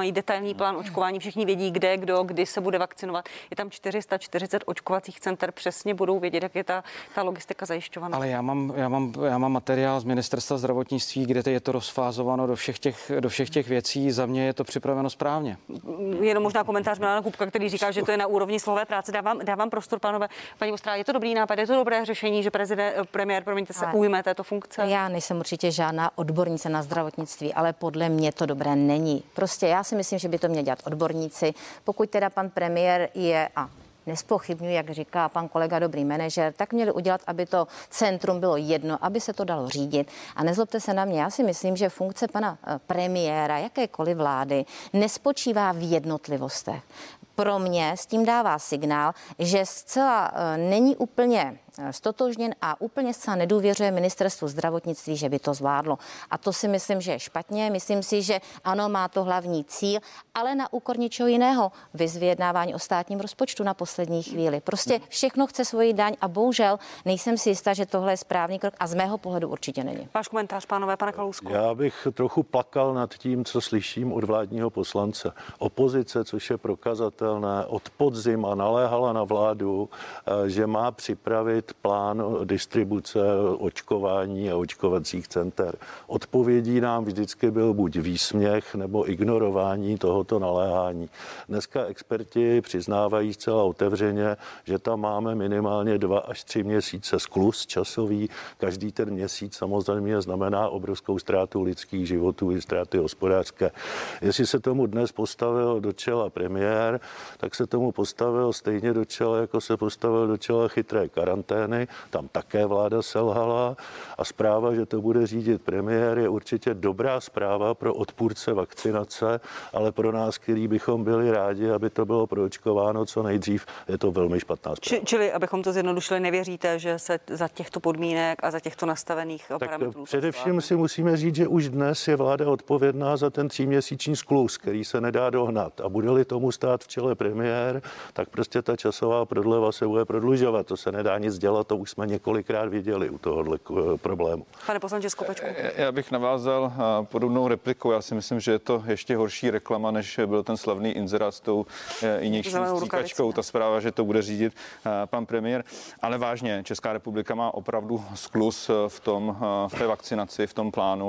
centrální plán očkování, všichni vědí, kde, kdo, kdy se bude vakcinovat. Je tam čtyři sta čtyřicet očkovacích center, přesně budou vědět, jak je ta, ta logistika zajišťovaná. Ale já mám, já, mám, já mám materiál z Ministerstva zdravotnictví, kde je to rozfázováno do všech těch, do všech těch věcí. Za mě je to připraveno správně. Jenom možná komentář Milana Kupka, který říká, že to je na úrovni slové práce. Dávám, dávám prostor, pánové. Paní Vostrá, je to dobrý nápad, je to dobré řešení, že prezident, premiér, promiňte, se ale ujme této funkce? Já nejsem určitě žádná odbornice na zdravotnictví, ale podle mě to dobré není. Prostě já si myslím, že by to měli dělat odborníci. Pokud teda pan premiér je a nespochybňuji, jak říká pan kolega, dobrý manažer, tak měli udělat, aby to centrum bylo jedno, aby se to dalo řídit. A nezlobte se na mě, já si myslím, že funkce pana premiéra, jakékoliv vlády, nespočívá v jednotlivostech. Pro mě s tím dává signál, že zcela není úplně stotožněn a úplně zcela nedůvěřuje ministerstvu zdravotnictví, že by to zvládlo. A to si myslím, že je špatně. Myslím si, že ano, má to hlavní cíl, ale na úkor něčeho jiného. Viz vyjednávání o státním rozpočtu na poslední chvíli. Prostě všechno chce svoji daň a bohužel nejsem si jistá, že tohle je správný krok a z mého pohledu určitě není. Váš komentář, pánové, pane Kalousku. Já bych trochu plakal nad tím, co slyším od vládního poslance. Opozice, což je prokazatelné, od podzima naléhala na vládu, že má připravit plán distribuce očkování a očkovacích center. Odpovědí nám vždycky byl buď výsměch nebo ignorování tohoto naléhání. Dneska experti přiznávají zcela otevřeně, že tam máme minimálně dva až tři měsíce skluz časový. Každý ten měsíc samozřejmě znamená obrovskou ztrátu lidských životů i ztráty hospodářské. Jestli se tomu dnes postavil do čela premiér, tak se tomu postavil stejně do čela, jako se postavil do čela chytré karantény. Tam také vláda selhala a zpráva, že to bude řídit premiér, je určitě dobrá zpráva pro odpůrce vakcinace, ale pro nás, který bychom byli rádi, aby to bylo proočkováno co nejdřív, je to velmi špatná zpráva. Či, čili, abychom to zjednodušili, nevěříte, že se za těchto podmínek a za těchto nastavených tak parametrů... Především si musíme říct, že už dnes je vláda odpovědná za ten tříměsíční skluz, který se nedá dohnat. A bude-li tomu stát v čele premiér, tak prostě ta časová prodleva se bude prodlužovat. To se nedá nic dělat, to už jsme několikrát viděli u tohohle problému. Pane poslanče Skopečku. Já bych navázal podobnou replikou. Já si myslím, že je to ještě horší reklama, než byl ten slavný inzerát s tou jinější stříkačkou. Ta zpráva, že to bude řídit pan premiér. Ale vážně, Česká republika má opravdu skluz v tom, v té vakcinaci, v tom plánu.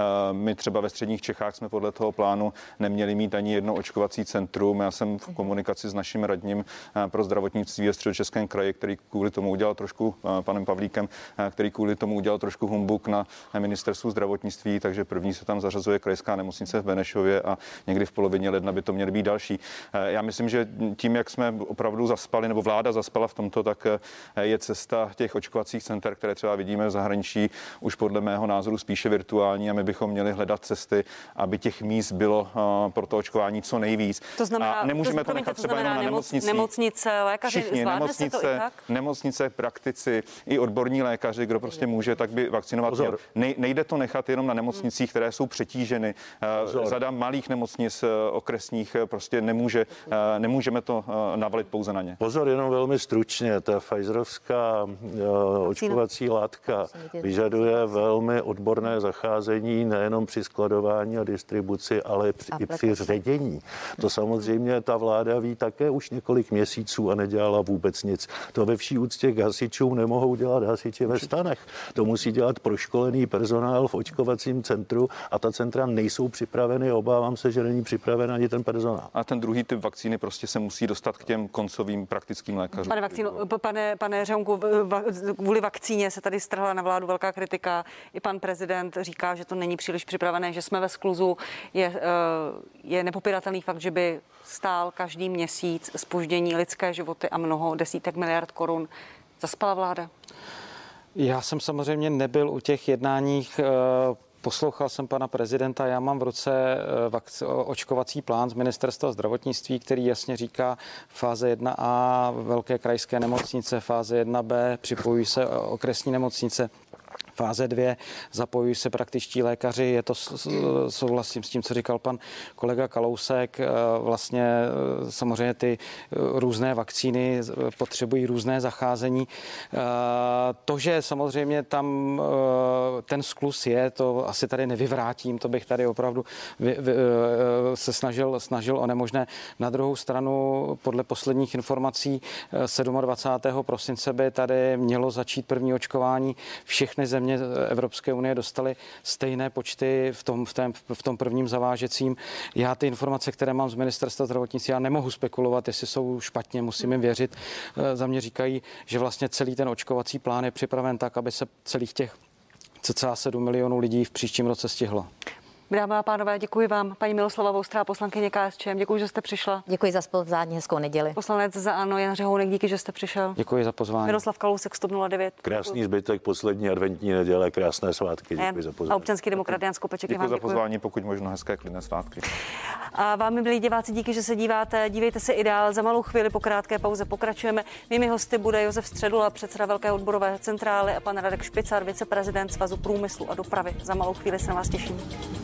My třeba ve středních Čechách jsme podle toho plánu neměli mít ani jedno očkovací centrum. Já jsem v komunikaci s naším radním pro zdravotnictví ve Středočeském kraji, který kvůli tomu udělal trošku, panem Pavlíkem, který kvůli tomu udělal trošku humbuk na ministerstvu zdravotnictví, takže první se tam zařazuje krajská nemocnice v Benešově a někdy v polovině ledna by to měly být další. Já myslím, že tím, jak jsme opravdu zaspali, nebo vláda zaspala v tomto, tak je cesta těch očkovacích center, které třeba vidíme v zahraničí, už podle mého názoru spíše virtuální a my bychom měli hledat cesty, aby těch míst bylo pro to očkování co nejvíc. To znamená, a nemůžeme to, to nechat to třeba jenom na nemocnicích. Nemocnice, lékaři, Všichni, nemocnice, nemocnice, praktici, i odborní lékaři, kdo prostě může, tak by vakcinovat měl. Nej, nejde to nechat jenom na nemocnicích, které jsou přetíženy. Pozor. Řada malých nemocnic okresních prostě nemůže, nemůžeme to navalit pouze na ně. Pozor, jenom velmi stručně. Ta Pfizerovská očkovací látka vyžaduje velmi odborné zacházení nejenom při skladování a distribuci, ale i při ředění. To samozřejmě ta vláda ví také už několik měsíců a nedělala vůbec nic. To ve vší úctě k hasičům nemohou dělat hasiči ve stanech. To musí dělat proškolený personál v očkovacím centru a ta centra nejsou připraveny. Obávám se, že není připraven ani ten personál. A ten druhý typ vakcíny prostě se musí dostat k těm koncovým praktickým lékařům. Pane vakcínu, pane, pane Řehounku, kvůli vakcíně se tady strhla na vládu velká kritika. I pan prezident říká, že to není příliš připravené, že jsme ve skluzu. Je, je nepopiratelný fakt, že by stál každý měsíc zpoždění lidské životy a mnoho desítek miliard korun. Zaspala vláda? Já jsem samozřejmě nebyl u těch jednáních. Poslouchal jsem pana prezidenta, já mám v ruce vakc- očkovací plán z Ministerstva zdravotnictví, který jasně říká fáze jedna A velké krajské nemocnice, fáze jedna B připojují se okresní nemocnice. Fáze dvě, zapojují se praktičtí lékaři, je to souhlasím s tím, co říkal pan kolega Kalousek, vlastně samozřejmě ty různé vakcíny potřebují různé zacházení. To, že samozřejmě tam ten skluz je, to asi tady nevyvrátím, to bych tady opravdu vy, vy, se snažil, snažil o nemožné. Na druhou stranu, podle posledních informací dvacátého sedmého prosince by tady mělo začít první očkování. Všechny země Evropské unie dostaly stejné počty v tom, v tom, v tom prvním zavážecím. Já ty informace, které mám z ministerstva zdravotnictví, já nemohu spekulovat, jestli jsou špatně, musím jim věřit. Za mě říkají, že vlastně celý ten očkovací plán je připraven tak, aby se celých těch cca sedm milionů lidí v příštím roce stihlo. Dámy a pánové, děkuji vám. Paní Miloslava Vostrá, poslankyně K S Č M, děkuji, že jste přišla. Děkuji za spolupráci, hezkou neděli. Poslanec za ANO Jan Řehounek, díky, že jste přišel. Děkuji za pozvání. Miroslav Kalousek, stop nula devět. Krásný zbytek poslední adventní neděle, krásné svátky. Děkuji za pozvání. A občanský demokrat Jan Skopeček, děkuji vám za pozvání, pokud možno hezké klidné svátky. A vám, milí diváci, díky, že se díváte. Dívejte se i dál. Za malou chvíli po krátké pauze pokračujeme. Mými hosty bude Josef Středula, předseda Velké odborové centrály, a pan Radek Špicar, viceprezident Svazu průmyslu a dopravy. Za malou chvíli se na vás těším.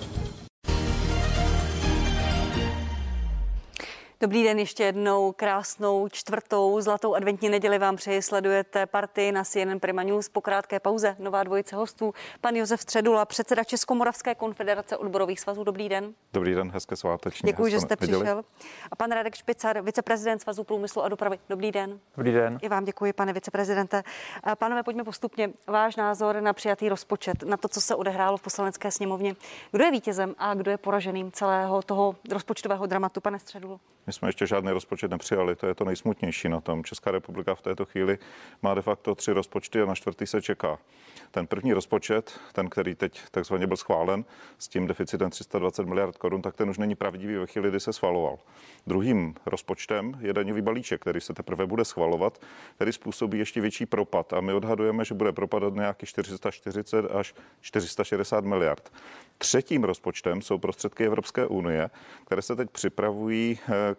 Dobrý den, ještě jednou krásnou čtvrtou zlatou adventní neděli vám přeji. Sledujete Partii na C N N Prima News. Po krátké pauze nová dvojice hostů. Pan Josef Středula, předseda Českomoravské konfederace odborových svazů. Dobrý den. Dobrý den, hezké sváteční. Děkuji, že jste neděli. Přišel. A pan Radek Špicar, viceprezident Svazu průmyslu a dopravy. Dobrý den. Dobrý den. I vám děkuji, pane viceprezidente. Pánové, pojďme postupně. Váš názor na přijatý rozpočet, na to, co se odehrálo v Poslanecké sněmovně. Kdo je vítězem a kdo je poraženým celého toho rozpočtového dramatu, pane Středulo? My jsme ještě žádný rozpočet nepřijali, to je to nejsmutnější na tom. Česká republika v této chvíli má de facto tři rozpočty a na čtvrtý se čeká. Ten první rozpočet, ten, který teď takzvaně byl schválen s tím deficitem tři sta dvacet miliard korun, tak ten už není pravdivý ve chvíli, kdy se schvaloval. Druhým rozpočtem je daňový balíček, který se teprve bude schvalovat, který způsobí ještě větší propad. A my odhadujeme, že bude propadat nějakých čtyři sta čtyřicet až čtyři sta šedesát miliard. Třetím rozpočtem jsou prostředky Evropské unie, které se teď připravují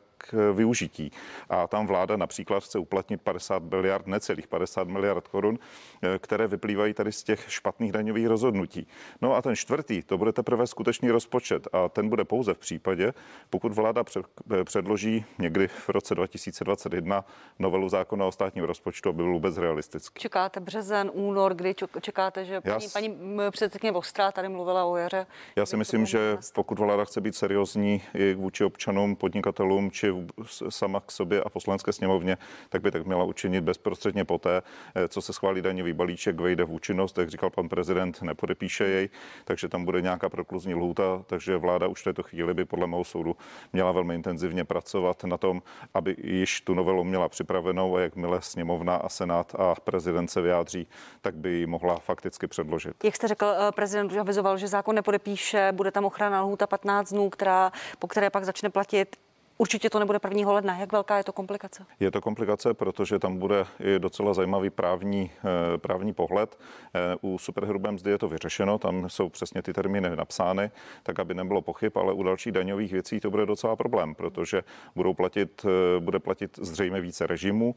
k využití. A tam vláda například chce uplatnit padesát miliard, necelých padesát miliard korun, které vyplývají tady z těch špatných daňových rozhodnutí. No a ten čtvrtý, to bude teprve skutečný rozpočet a ten bude pouze v případě, pokud vláda předloží někdy v roce dva tisíce dvacet jedna novelu zákona o státním rozpočtu, aby byl vůbec realistický. Čekáte březen, únor, kdy čekáte, že paní, paní předsedkyně Vostrá tady mluvila o jaře? Já si myslím, že pokud vláda chce být seriózní i vůči občanům, podnikatelům či sama k sobě a poslanecké sněmovně, tak by tak měla učinit bezprostředně poté, co se schválí daňový balíček, vejde v účinnost, jak říkal pan prezident, nepodepíše jej, takže tam bude nějaká prokluzní lhůta, takže vláda už v této chvíli by podle mého soudu měla velmi intenzivně pracovat na tom, aby již tu novelu měla připravenou a jakmile sněmovna a senát a prezident se vyjádří, tak by ji mohla fakticky předložit. Jak jste řekl, prezident už avizoval, že zákon nepodepíše, bude tam ochranná lhůta patnáct dnů, která, po které pak začne platit. Určitě to nebude prvního ledna. Jak velká je to komplikace? Je to komplikace, protože tam bude i docela zajímavý právní, právní pohled. U superhrubé mzdy je to vyřešeno, tam jsou přesně ty termíny napsány, tak aby nebylo pochyb, ale u dalších daňových věcí to bude docela problém, protože budou platit, bude platit zřejmě více režimů.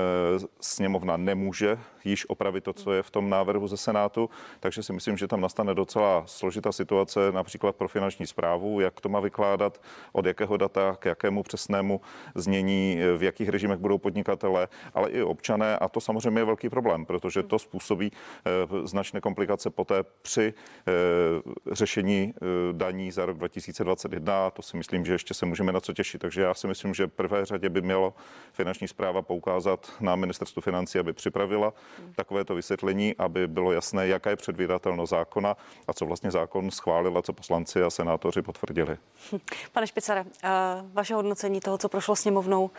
Sněmovna nemůže již opravit to, co je v tom návrhu ze Senátu, takže si myslím, že tam nastane docela složitá situace, například pro finanční správu, jak to má vykládat, od jakého data, k jakému přesnému znění, v jakých režimech budou podnikatelé, ale i občané. A to samozřejmě je velký problém, protože to způsobí značné komplikace poté při řešení daní za rok dva tisíce dvacet jedna. A to si myslím, že ještě se můžeme na co těšit. Takže já si myslím, že v prvé řadě by mělo finanční správa poukázat na ministerstvu financí, aby připravila takovéto vysvětlení, aby bylo jasné, jaká je předvídatelnost zákona a co vlastně zákon schválila, co poslanci a senátoři potvrdili. Pane Špicare, vaše hodnocení toho, co prošlo sněmovnou,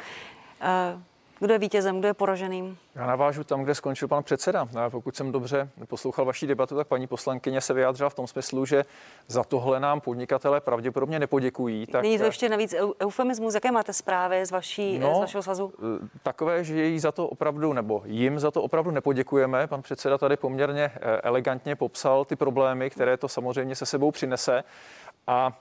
kdo je vítězem, kdo je poraženým? Já navážu tam, kde skončil pan předseda. Pokud jsem dobře poslouchal vaši debatu, tak paní poslankyně se vyjádřila v tom smyslu, že za tohle nám podnikatelé pravděpodobně nepoděkují. Tak... Není to ještě navíc eufemismus? Jaké máte zprávy z, vaší, no, z vašeho svazu? Takové, že jí za to opravdu, nebo jim za to opravdu nepoděkujeme. Pan předseda tady poměrně elegantně popsal ty problémy, které to samozřejmě se sebou přinese. A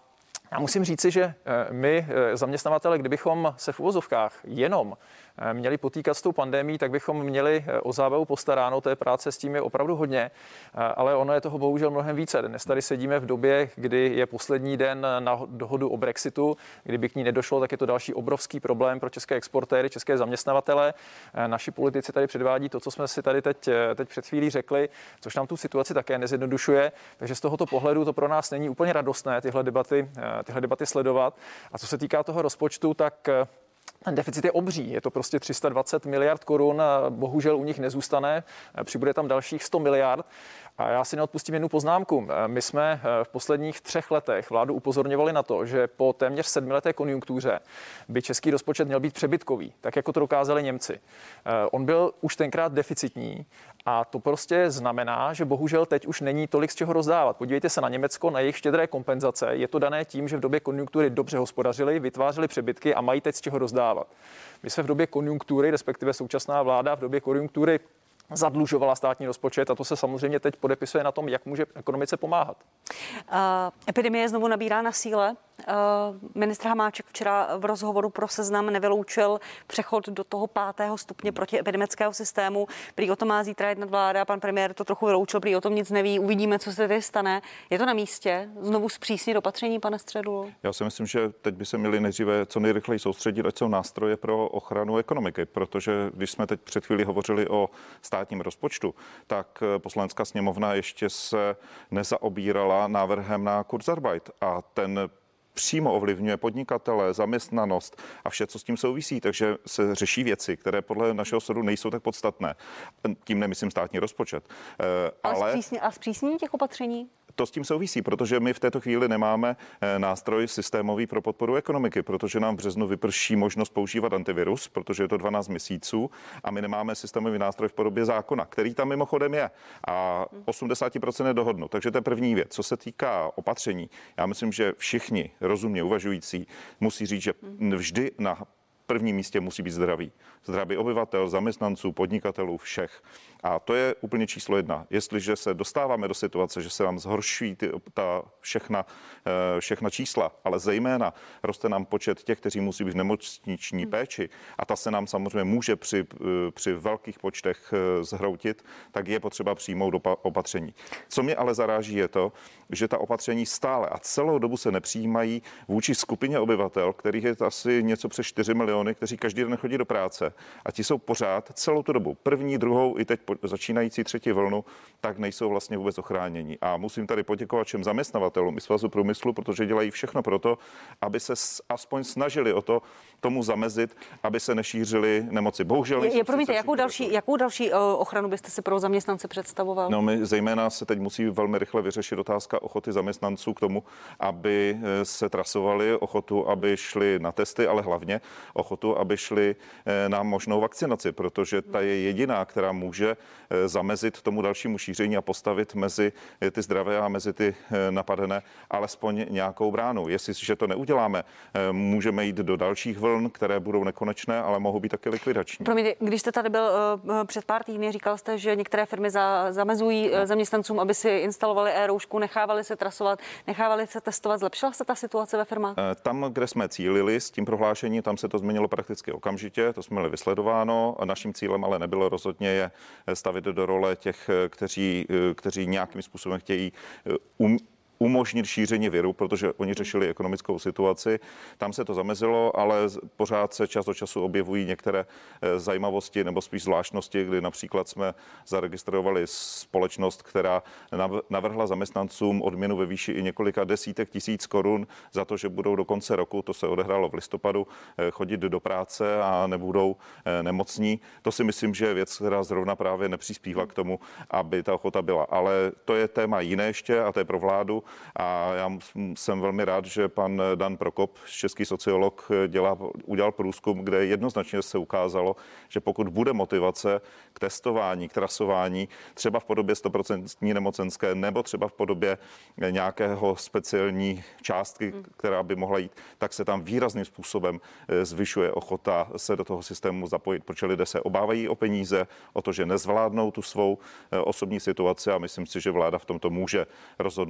Já musím říci, že my, zaměstnavatele, kdybychom se v uvozovkách jenom měli potýkat s tou pandemií, tak bychom měli o zábavu postaráno, té práce s tím je opravdu hodně, ale ono je toho bohužel mnohem více. Dnes tady sedíme v době, kdy je poslední den na dohodu o Brexitu, kdyby k ní nedošlo, tak je to další obrovský problém pro české exportéry, české zaměstnavatele. Naši politici tady předvádí to, co jsme si tady teď, teď před chvílí řekli, což nám tu situaci také nezjednodušuje, takže z tohoto pohledu to pro nás není úplně radostné tyhle debaty, tyhle debaty sledovat. A co se týká toho rozpočtu, tak ten deficit je obří, je to prostě tři sta dvacet miliard korun, bohužel u nich nezůstane, přibude tam dalších sto miliard. A já si neodpustím jednu poznámku. My jsme v posledních třech letech vládu upozorňovali na to, že po téměř sedmileté konjunktuře by český rozpočet měl být přebytkový, tak jako to dokázali Němci. On byl už tenkrát deficitní a to prostě znamená, že bohužel teď už není tolik z čeho rozdávat. Podívejte se na Německo, na jejich štědré kompenzace. Je to dané tím, že v době konjunktury dobře hospodařili, vytvářeli přebytky a mají teď z čeho rozdávat. My jsme v době konjunktury, respektive současná vláda v době konjunktury zadlužovala státní rozpočet a to se samozřejmě teď podepisuje na tom, jak může ekonomice pomáhat. Uh, epidemie znovu nabírá na síle. Uh, ministr Hamáček včera v rozhovoru pro Seznam nevyloučil přechod do toho pátého stupně protiepidemického systému. Prý o tom má zítra jednat vláda, pan premiér to trochu vyloučil, prý o tom nic neví, uvidíme, co se tady stane. Je to na místě znovu zpřísnit opatření, pane Středulo? Já si myslím, že teď by se měli nejdříve co nejrychleji soustředit, ať jsou nástroje pro ochranu ekonomiky, protože když jsme teď před chvílí hovořili o státním rozpočtu, tak Poslanecká sněmovna ještě se nezaobírala návrhem na Kurzarbeit a ten přímo ovlivňuje podnikatele, zaměstnanost a vše, co s tím souvisí. Takže se řeší věci, které podle našeho soudu nejsou tak podstatné. Tím nemyslím státní rozpočet. Ale... A zpřísnění těch opatření? To s tím souvisí, protože my v této chvíli nemáme nástroj systémový pro podporu ekonomiky, protože nám v březnu vyprší možnost používat antivirus, protože je to dvanáct měsíců a my nemáme systémový nástroj v podobě zákona, který tam mimochodem je a osmdesát procent je dohodnut. Takže to je první věc. Co se týká opatření, já myslím, že všichni rozumně uvažující musí říct, že vždy na prvním místě musí být zdraví. Zdraví obyvatel, zaměstnanců, podnikatelů, všech. A to je úplně číslo jedna. Jestliže se dostáváme do situace, že se nám zhorší ty, ta všechna, všechna čísla, ale zejména roste nám počet těch, kteří musí být v nemocniční péči a ta se nám samozřejmě může při, při velkých počtech zhroutit, tak je potřeba přijmout opatření. Co mě ale zaráží je to, že ta opatření stále a celou dobu se nepřijímají vůči skupině obyvatel, kterých je asi něco přes čtyři miliony, kteří každý den chodí do práce a ti jsou pořád celou tu dobu, první, druhou i teď začínající třetí vlnu, tak nejsou vlastně vůbec ochráněni. A musím tady poděkovat všem zaměstnavatelům i Svazu průmyslu, protože dělají všechno pro to, aby se aspoň snažili o to tomu zamezit, aby se nešířily nemoci. Bohužel je, je promiňte, jakou další, jakou další ochranu byste si pro zaměstnance představoval? No, my zejména se teď musí velmi rychle vyřešit otázka ochoty zaměstnanců k tomu, aby se trasovali, ochotu, aby šli na testy, ale hlavně ochotu, aby šli na možnou vakcinaci, protože ta je jediná, která může zamezit tomu dalšímu šíření a postavit mezi ty zdravé a mezi ty napadené alespoň nějakou bránu. Jestliže to neuděláme, můžeme jít do dalších vln, které budou nekonečné, ale mohou být taky likvidační. Promiňte, když jste tady byl uh, před pár týdny, říkal jste, že některé firmy za, zamezují no. zaměstnancům, aby si instalovali e-roušku, nechávali se trasovat, nechávali se testovat. Zlepšila se ta situace ve firmách? Tam, kde jsme cílili s tím prohlášením, tam se to změnilo prakticky okamžitě, to jsme měli vysledováno. Naším cílem ale nebylo rozhodně je stavit do role těch, kteří, kteří nějakým způsobem chtějí um, umožnit šíření viru, protože oni řešili ekonomickou situaci. Tam se to zamezilo, ale pořád se čas od času objevují některé zajímavosti nebo spíš zvláštnosti, kdy například jsme zaregistrovali společnost, která navrhla zaměstnancům odměnu ve výši i několika desítek tisíc korun za to, že budou do konce roku, to se odehrálo v listopadu, chodit do práce a nebudou nemocní. To si myslím, že je věc, která zrovna právě nepřispívá k tomu, aby ta ochota byla. Ale to je téma jiné ještě a to je pro vládu. A já jsem velmi rád, že pan Dan Prokop, český sociolog, dělá, udělal průzkum, kde jednoznačně se ukázalo, že pokud bude motivace k testování, k trasování, třeba v podobě sto procent nemocenské nebo třeba v podobě nějakého speciální částky, která by mohla jít, tak se tam výrazným způsobem zvyšuje ochota se do toho systému zapojit, protože lidé se obávají o peníze, o to, že nezvládnou tu svou osobní situaci a myslím si, že vláda v tomto může rozhodnout a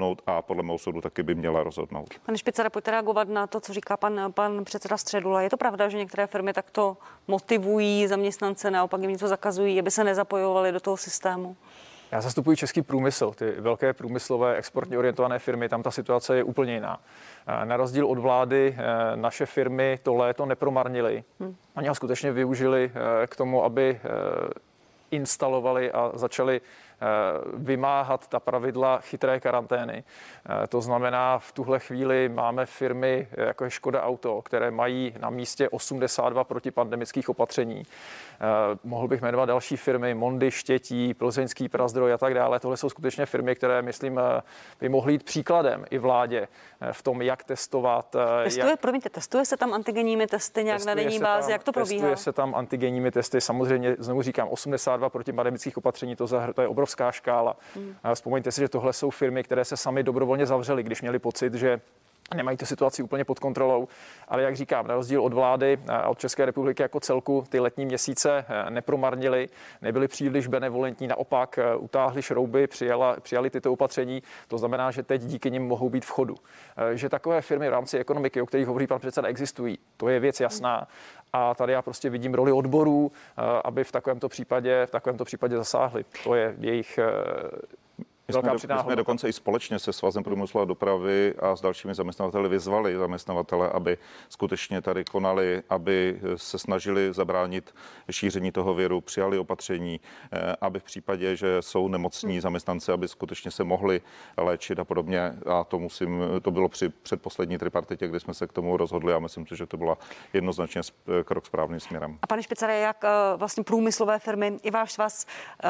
podle mého soudu taky by měla rozhodnout. Pane Špicere, pojďte reagovat na to, co říká pan, pan předseda Středula. Je to pravda, že některé firmy takto motivují zaměstnance, naopak jim něco zakazují, aby se nezapojovali do toho systému? Já zastupuji český průmysl, ty velké průmyslové exportně orientované firmy, tam ta situace je úplně jiná. Na rozdíl od vlády naše firmy to léto nepromarnily. Hmm. Oni ho skutečně využili k tomu, aby instalovali a začali vymáhat ta pravidla chytré karantény. To znamená, v tuhle chvíli máme firmy jako je Škoda Auto, které mají na místě osmdesát dva protipandemických opatření. Mohl bych jmenovat další firmy, Mondy, Štětí, Plzeňský Prazdroj a tak dále. Tohle jsou skutečně firmy, které, myslím, by mohly jít příkladem i vládě v tom, jak testovat. Testuje, jak... promiňte, testuje se tam antigenními testy nějak testuje na denní bázi? Jak to probíhá? Testuje se tam antigenními testy. Samozřejmě, znovu říkám, osmdesát dva protipandemických opatření, to, zahr- to je obrovská škála. Hmm. Vzpomeňte si, že tohle jsou firmy, které se sami dobrovolně zavřely, když měli pocit, že nemají tu situaci úplně pod kontrolou, ale jak říkám, na rozdíl od vlády a od České republiky jako celku ty letní měsíce nepromarnili, nebyli příliš benevolentní, naopak utáhli šrouby, přijala, přijali tyto opatření, to znamená, že teď díky nim mohou být v chodu. Že takové firmy v rámci ekonomiky, o kterých hovoří pan předseda, existují, to je věc jasná. A tady já prostě vidím roli odborů, aby v takovémto případě, v takovémto případě zasáhli. To je jejich My jsme, do, my jsme dokonce i společně se Svazem průmyslu a dopravy a s dalšími zaměstnavateli vyzvali zaměstnavatele, aby skutečně tady konali, aby se snažili zabránit šíření toho viru, přijali opatření, aby v případě, že jsou nemocní zaměstnanci, aby skutečně se mohli léčit a podobně. A to musím, to bylo při předposlední tripartitě, kdy jsme se k tomu rozhodli a myslím si, že to byla jednoznačně krok správným směrem. A pane Špicere, jak vlastně průmyslové firmy i váš svaz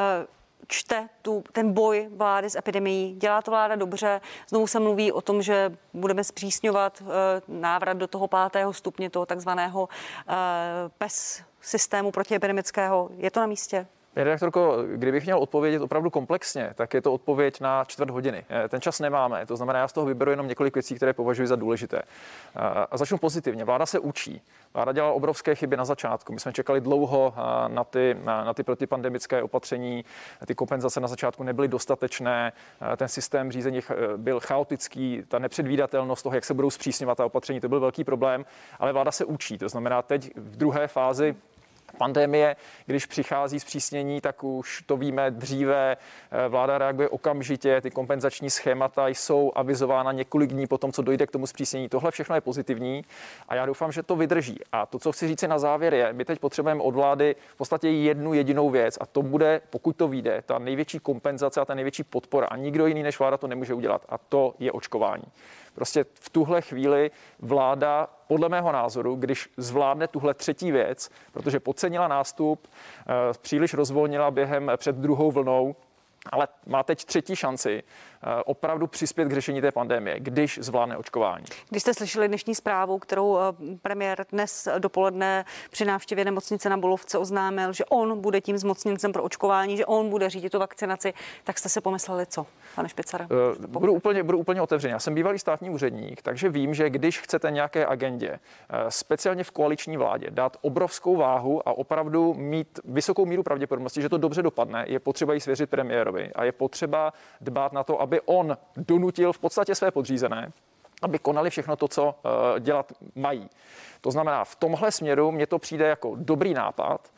čte tu, ten boj vlády s epidemií? Dělá to vláda dobře? Znovu se mluví o tom, že budeme zpřísňovat uh, návrat do toho pátého stupně, toho takzvaného uh, P E S systému protiepidemického. Je to na místě? Redaktorko, kdybych měl odpovědět opravdu komplexně, tak je to odpověď na čtvrt hodiny. Ten čas nemáme, to znamená, já z toho vyberu jenom několik věcí, které považuji za důležité. A začnu pozitivně. Vláda se učí. Vláda dělala obrovské chyby na začátku. My jsme čekali dlouho na ty, na, na ty protipandemické opatření. Ty kompenzace na začátku nebyly dostatečné. Ten systém řízení byl chaotický. Ta nepředvídatelnost toho, jak se budou zpřísňovat ta opatření, to byl velký problém. Ale vláda se učí. To znamená, teď v druhé fázi pandemie, když přichází zpřísnění, tak už to víme dříve. Vláda reaguje okamžitě, ty kompenzační schémata jsou avizována několik dní po tom, co dojde k tomu zpřísnění. Tohle všechno je pozitivní a já doufám, že to vydrží. A to, co chci říct na závěr, je, my teď potřebujeme od vlády v podstatě jednu jedinou věc a to bude, pokud to vyjde, ta největší kompenzace a ta největší podpora. A nikdo jiný než vláda to nemůže udělat. A to je očkování. Prostě v tuhle chvíli vláda, podle mého názoru, když zvládne tuhle třetí věc, protože podcenila nástup, příliš rozvolnila během před druhou vlnou, ale má teď třetí šanci opravdu přispět k řešení té pandemie, když zvládne očkování. Když jste slyšeli dnešní zprávu, kterou premiér dnes dopoledne při návštěvě nemocnice na Bulovce oznámil, že on bude tím zmocněncem pro očkování, že on bude řídit tu vakcinaci, tak jste si pomysleli co, pane Špicere? Uh, budu úplně, budu úplně otevřený. Já jsem bývalý státní úředník, takže vím, že když chcete nějaké agendě, speciálně v koaliční vládě, dát obrovskou váhu a opravdu mít vysokou míru pravděpodobnosti, že to dobře dopadne, je potřeba jí svěřit premiérovi a je potřeba dbát na to, aby on donutil v podstatě své podřízené, aby konali všechno to, co uh, dělat mají. To znamená, v tomhle směru mně to přijde jako dobrý nápad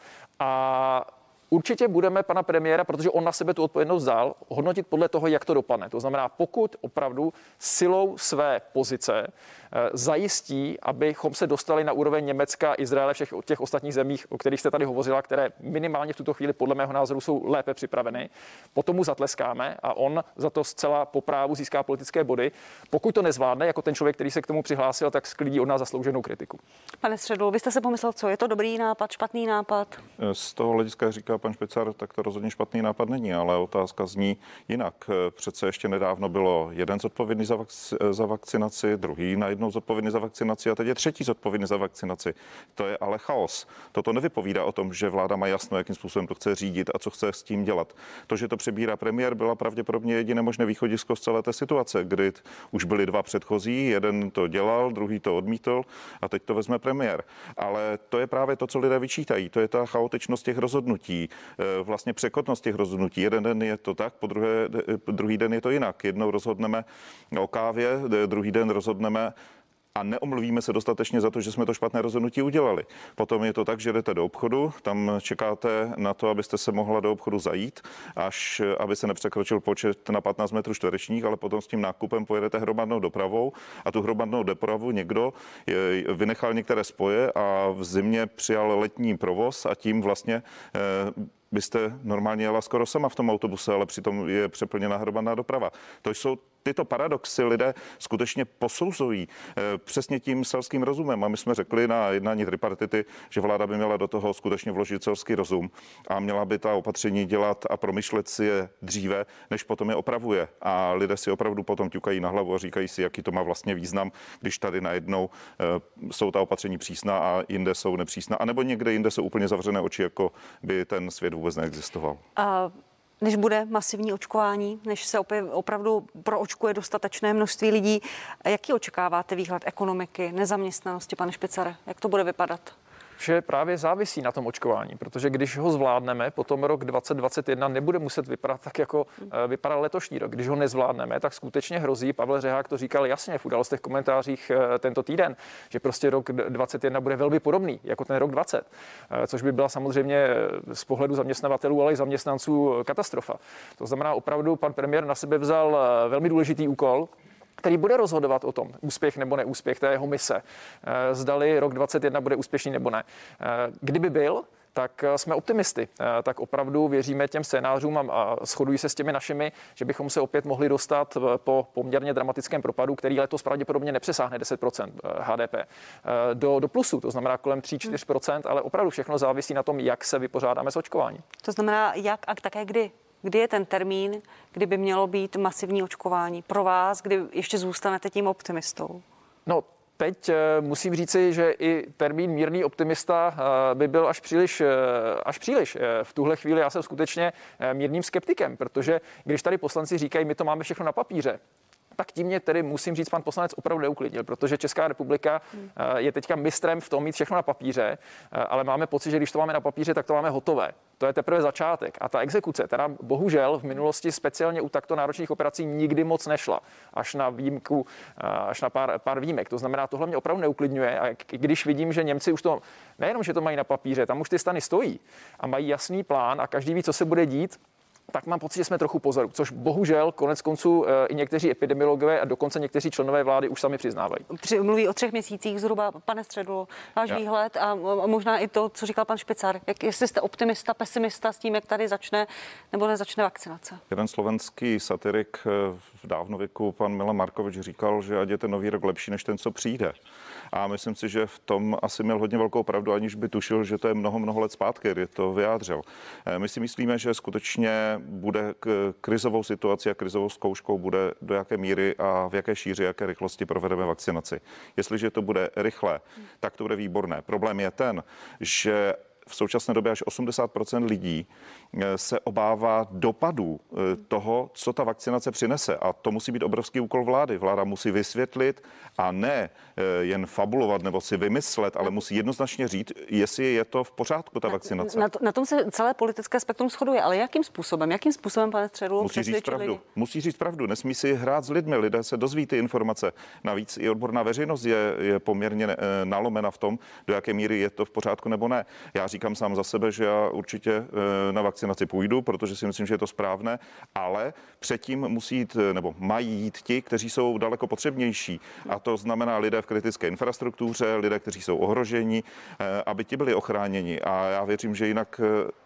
a určitě budeme pana premiéra, protože on na sebe tu odpovědnost vzal, hodnotit podle toho, jak to dopadne. To znamená, pokud opravdu silou své pozice zajistí, abychom se dostali na úroveň Německa, Izraele, všech těch ostatních zemích, o kterých jste tady hovořila, které minimálně v tuto chvíli podle mého názoru jsou lépe připraveny. Potom mu zatleskáme a on za to zcela po právu získá politické body. Pokud to nezvládne, jako ten člověk, který se k tomu přihlásil, tak sklidí od nás zaslouženou kritiku. Pane Středul, vy jste se pomyslel, co je to dobrý nápad, špatný nápad? Z toho hlediska říká pan Špicar, tak to rozhodně špatný nápad není, ale otázka zní jinak. Přece ještě nedávno bylo jeden zodpovědný za, vakci- za vakcinaci, druhý na jednou zodpovědný za vakcinaci a teď je třetí zodpovědný za vakcinaci. To je ale chaos. Toto nevypovídá o tom, že vláda má jasno, jakým způsobem to chce řídit a co chce s tím dělat. To, že to přebírá premiér, byla pravděpodobně jediné možné východisko z celé té situace, kdy už byli dva předchozí, jeden to dělal, druhý to odmítl a teď to vezme premiér. Ale to je právě to, co lidé vyčítají. To je ta chaotičnost těch rozhodnutí, vlastně překotnost těch rozhodnutí. Jeden den je to tak, po druhé, druhý den je to jinak. Jednou rozhodneme o kávě, druhý den rozhodneme a neomluvíme se dostatečně za to, že jsme to špatné rozhodnutí udělali. Potom je to tak, že jdete do obchodu, tam čekáte na to, abyste se mohla do obchodu zajít, až aby se nepřekročil počet na patnáct metrů čtverečních, ale potom s tím nákupem pojedete hromadnou dopravou a tu hromadnou dopravu někdo je, vynechal některé spoje a v zimě přijal letní provoz a tím vlastně eh, byste normálně jela skoro sama v tom autobuse, ale přitom je přeplněná hromadná doprava. To jsou tyto paradoxy lidé skutečně posouzují přesně tím selským rozumem. A my jsme řekli na jednání tripartity, že vláda by měla do toho skutečně vložit selský rozum a měla by ta opatření dělat a promyšlet si je dříve, než potom je opravuje. A lidé si opravdu potom ťukají na hlavu a říkají si, jaký to má vlastně význam, když tady najednou jsou ta opatření přísná a jinde jsou nepřísná. A nebo někde jinde jsou úplně zavřené oči, jako by ten svět vůbec neexistoval. A než bude masivní očkování, než se opět opravdu proočkuje dostatečné množství lidí, jaký očekáváte výhled ekonomiky, nezaměstnanosti, pane Špicare? Jak to bude vypadat? Vše právě závisí na tom očkování, protože když ho zvládneme, potom rok dvacet dvacet jedna nebude muset vypadat tak, jako vypadal letošní rok. Když ho nezvládneme, tak skutečně hrozí, Pavel Řehák to říkal jasně v událostech komentářích tento týden, že prostě rok dvacet jedna bude velmi podobný jako ten rok dvacet, což by byla samozřejmě z pohledu zaměstnavatelů, ale i zaměstnanců katastrofa. To znamená, opravdu pan premiér na sebe vzal velmi důležitý úkol, který bude rozhodovat o tom, úspěch nebo neúspěch té jeho mise. Zdali rok dvacet jedna bude úspěšný nebo ne. Kdyby byl, tak jsme optimisty. Tak opravdu věříme těm scénářům a shodují se s těmi našimi, že bychom se opět mohli dostat po poměrně dramatickém propadu, který letos pravděpodobně nepřesáhne deset procent H D P, do, do plusu, to znamená kolem tři až čtyři procenta, ale opravdu všechno závisí na tom, jak se vypořádáme s očkováním. To znamená, jak a také kdy? Kdy je ten termín, kdy by mělo být masivní očkování pro vás, kdy ještě zůstanete tím optimistou? No, teď musím říci, že i termín mírný optimista by byl až příliš, až příliš. V tuhle chvíli já jsem skutečně mírným skeptikem, protože když tady poslanci říkají, my to máme všechno na papíře, tak tím mě tedy musím říct, pan poslanec opravdu neuklidnil, protože Česká republika je teďka mistrem v tom mít všechno na papíře, ale máme pocit, že když to máme na papíře, tak to máme hotové. To je teprve začátek. A ta exekuce, která bohužel v minulosti speciálně u takto náročných operací nikdy moc nešla, až na výjimku, až na pár, pár výjimek. To znamená, tohle mě opravdu neuklidňuje. A když vidím, že Němci už to, nejenom, že to mají na papíře, tam už ty stany stojí a mají jasný plán a každý ví, co se bude dít, tak mám pocit, že jsme trochu pozoru, což bohužel konec konců i někteří epidemiologové a dokonce někteří členové vlády už sami přiznávají. Při, mluví o třech měsících zhruba, pane Středulo, váš Já. výhled a možná i to, co říkal pan Špicar. Jak, jestli jste optimista, pesimista s tím, jak tady začne nebo nezačne vakcinace? Jeden slovenský satirik v dávnověku, pan Milan Markovič, říkal, že ať je ten nový rok lepší než ten, co přijde. A myslím si, že v tom asi měl hodně velkou pravdu, aniž by tušil, že to je mnoho, mnoho let zpátky, kdy to vyjádřil. My si myslíme, že skutečně bude krizovou situaci a krizovou zkouškou bude, do jaké míry a v jaké šíři, jaké rychlosti provedeme vakcinaci. Jestliže to bude rychle, tak to bude výborné. Problém je ten, že v současné době až osmdesát procent lidí se obává dopadů toho, co ta vakcinace přinese. A to musí být obrovský úkol vlády. Vláda musí vysvětlit a ne jen fabulovat nebo si vymyslet, ale musí jednoznačně říct, jestli je to v pořádku, ta vakcinace. Na, to, na tom se celé politické spektrum shoduje, ale jakým způsobem? Jakým způsobem, pane Středulo, musí říct pravdu. Musí říct pravdu. Nesmí si hrát s lidmi. Lidé se dozví ty informace. Navíc i odborná veřejnost je, je poměrně nalomena v tom, do jaké míry je to v pořádku nebo ne. Já říkám sám za sebe, že já určitě na vakcinaci půjdu, protože si myslím, že je to správné, ale předtím musí jít, nebo mají jít ti, kteří jsou daleko potřebnější. A to znamená lidé v kritické infrastruktuře, lidé, kteří jsou ohroženi, aby ti byli ochráněni. A já věřím, že jinak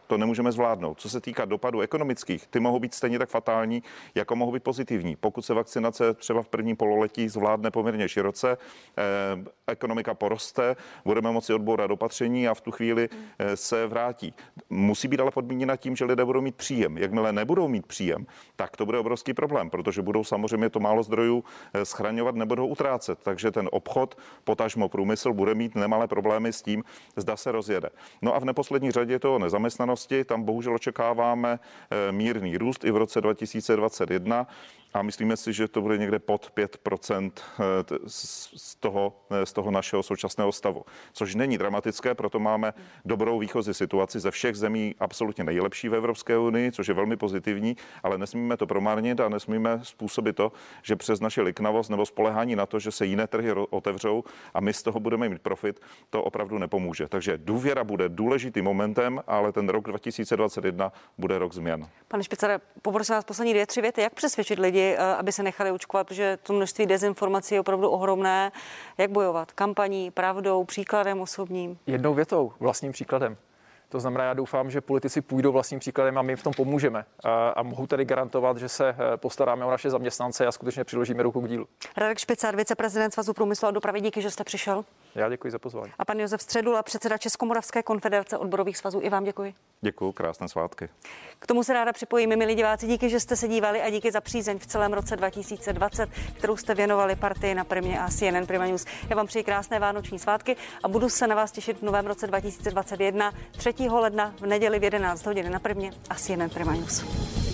To nemůžeme zvládnout. Co se týká dopadů ekonomických, ty mohou být stejně tak fatální, jako mohou být pozitivní. Pokud se vakcinace třeba v prvním pololetí zvládne poměrně široce, eh, ekonomika poroste, budeme moci odbourat opatření a v tu chvíli eh, se vrátí. Musí být ale podmíněna tím, že lidé budou mít příjem. Jakmile nebudou mít příjem, tak to bude obrovský problém, protože budou samozřejmě to málo zdrojů eh, schraňovat, nebudou utrácet. Takže ten obchod, potažmo průmysl, bude mít nemalé problémy s tím, zda se rozjede. No a v neposlední řadě to nezaměstnanosti, tam bohužel očekáváme mírný růst i v roce dva tisíce dvacet jedna a myslíme si, že to bude někde pod pět procent z toho, z toho našeho současného stavu. Což není dramatické, proto máme dobrou výchozí situaci ze všech zemí, absolutně nejlepší v Evropské unii, což je velmi pozitivní, ale nesmíme to promarnit a nesmíme způsobit to, že přes naši liknavost nebo spolehání na to, že se jiné trhy otevřou a my z toho budeme mít profit, to opravdu nepomůže. Takže důvěra bude důležitým momentem, ale ten rok dva tisíce dvacet jedna bude rok změn. Pane Špicare, poprosím vás poslední dvě, tři věty. Jak přesvědčit lidi, aby se nechali očkovat, protože to množství dezinformací je opravdu ohromné. Jak bojovat? Kampaní, pravdou, příkladem osobním? Jednou větou, vlastním příkladem. To znamená, já doufám, že politici půjdou vlastním příkladem a my jim v tom pomůžeme. A, a mohu tedy garantovat, že se postaráme o naše zaměstnance a skutečně přiložíme ruku k dílu. Radek Špicár, viceprezident Svazu průmyslu a dopravy, díky, že jste přišel. Já děkuji za pozvání. A pan Josef Středula, předseda Českomoravské konfederace odborových svazů, i vám děkuji. Děkuji, krásné svátky. K tomu se ráda připojím, milí diváci, díky, že jste se dívali a díky za přízeň v celém roce dva tisíce dvacet, kterou jste věnovali partii na Primě a C N N Prima News. Já vám přeji krásné vánoční svátky a budu se na vás těšit v novém roce dva tisíce dvacet jedna třetího ledna v neděli v jedenáct hodin na Primě a C N N Prima News.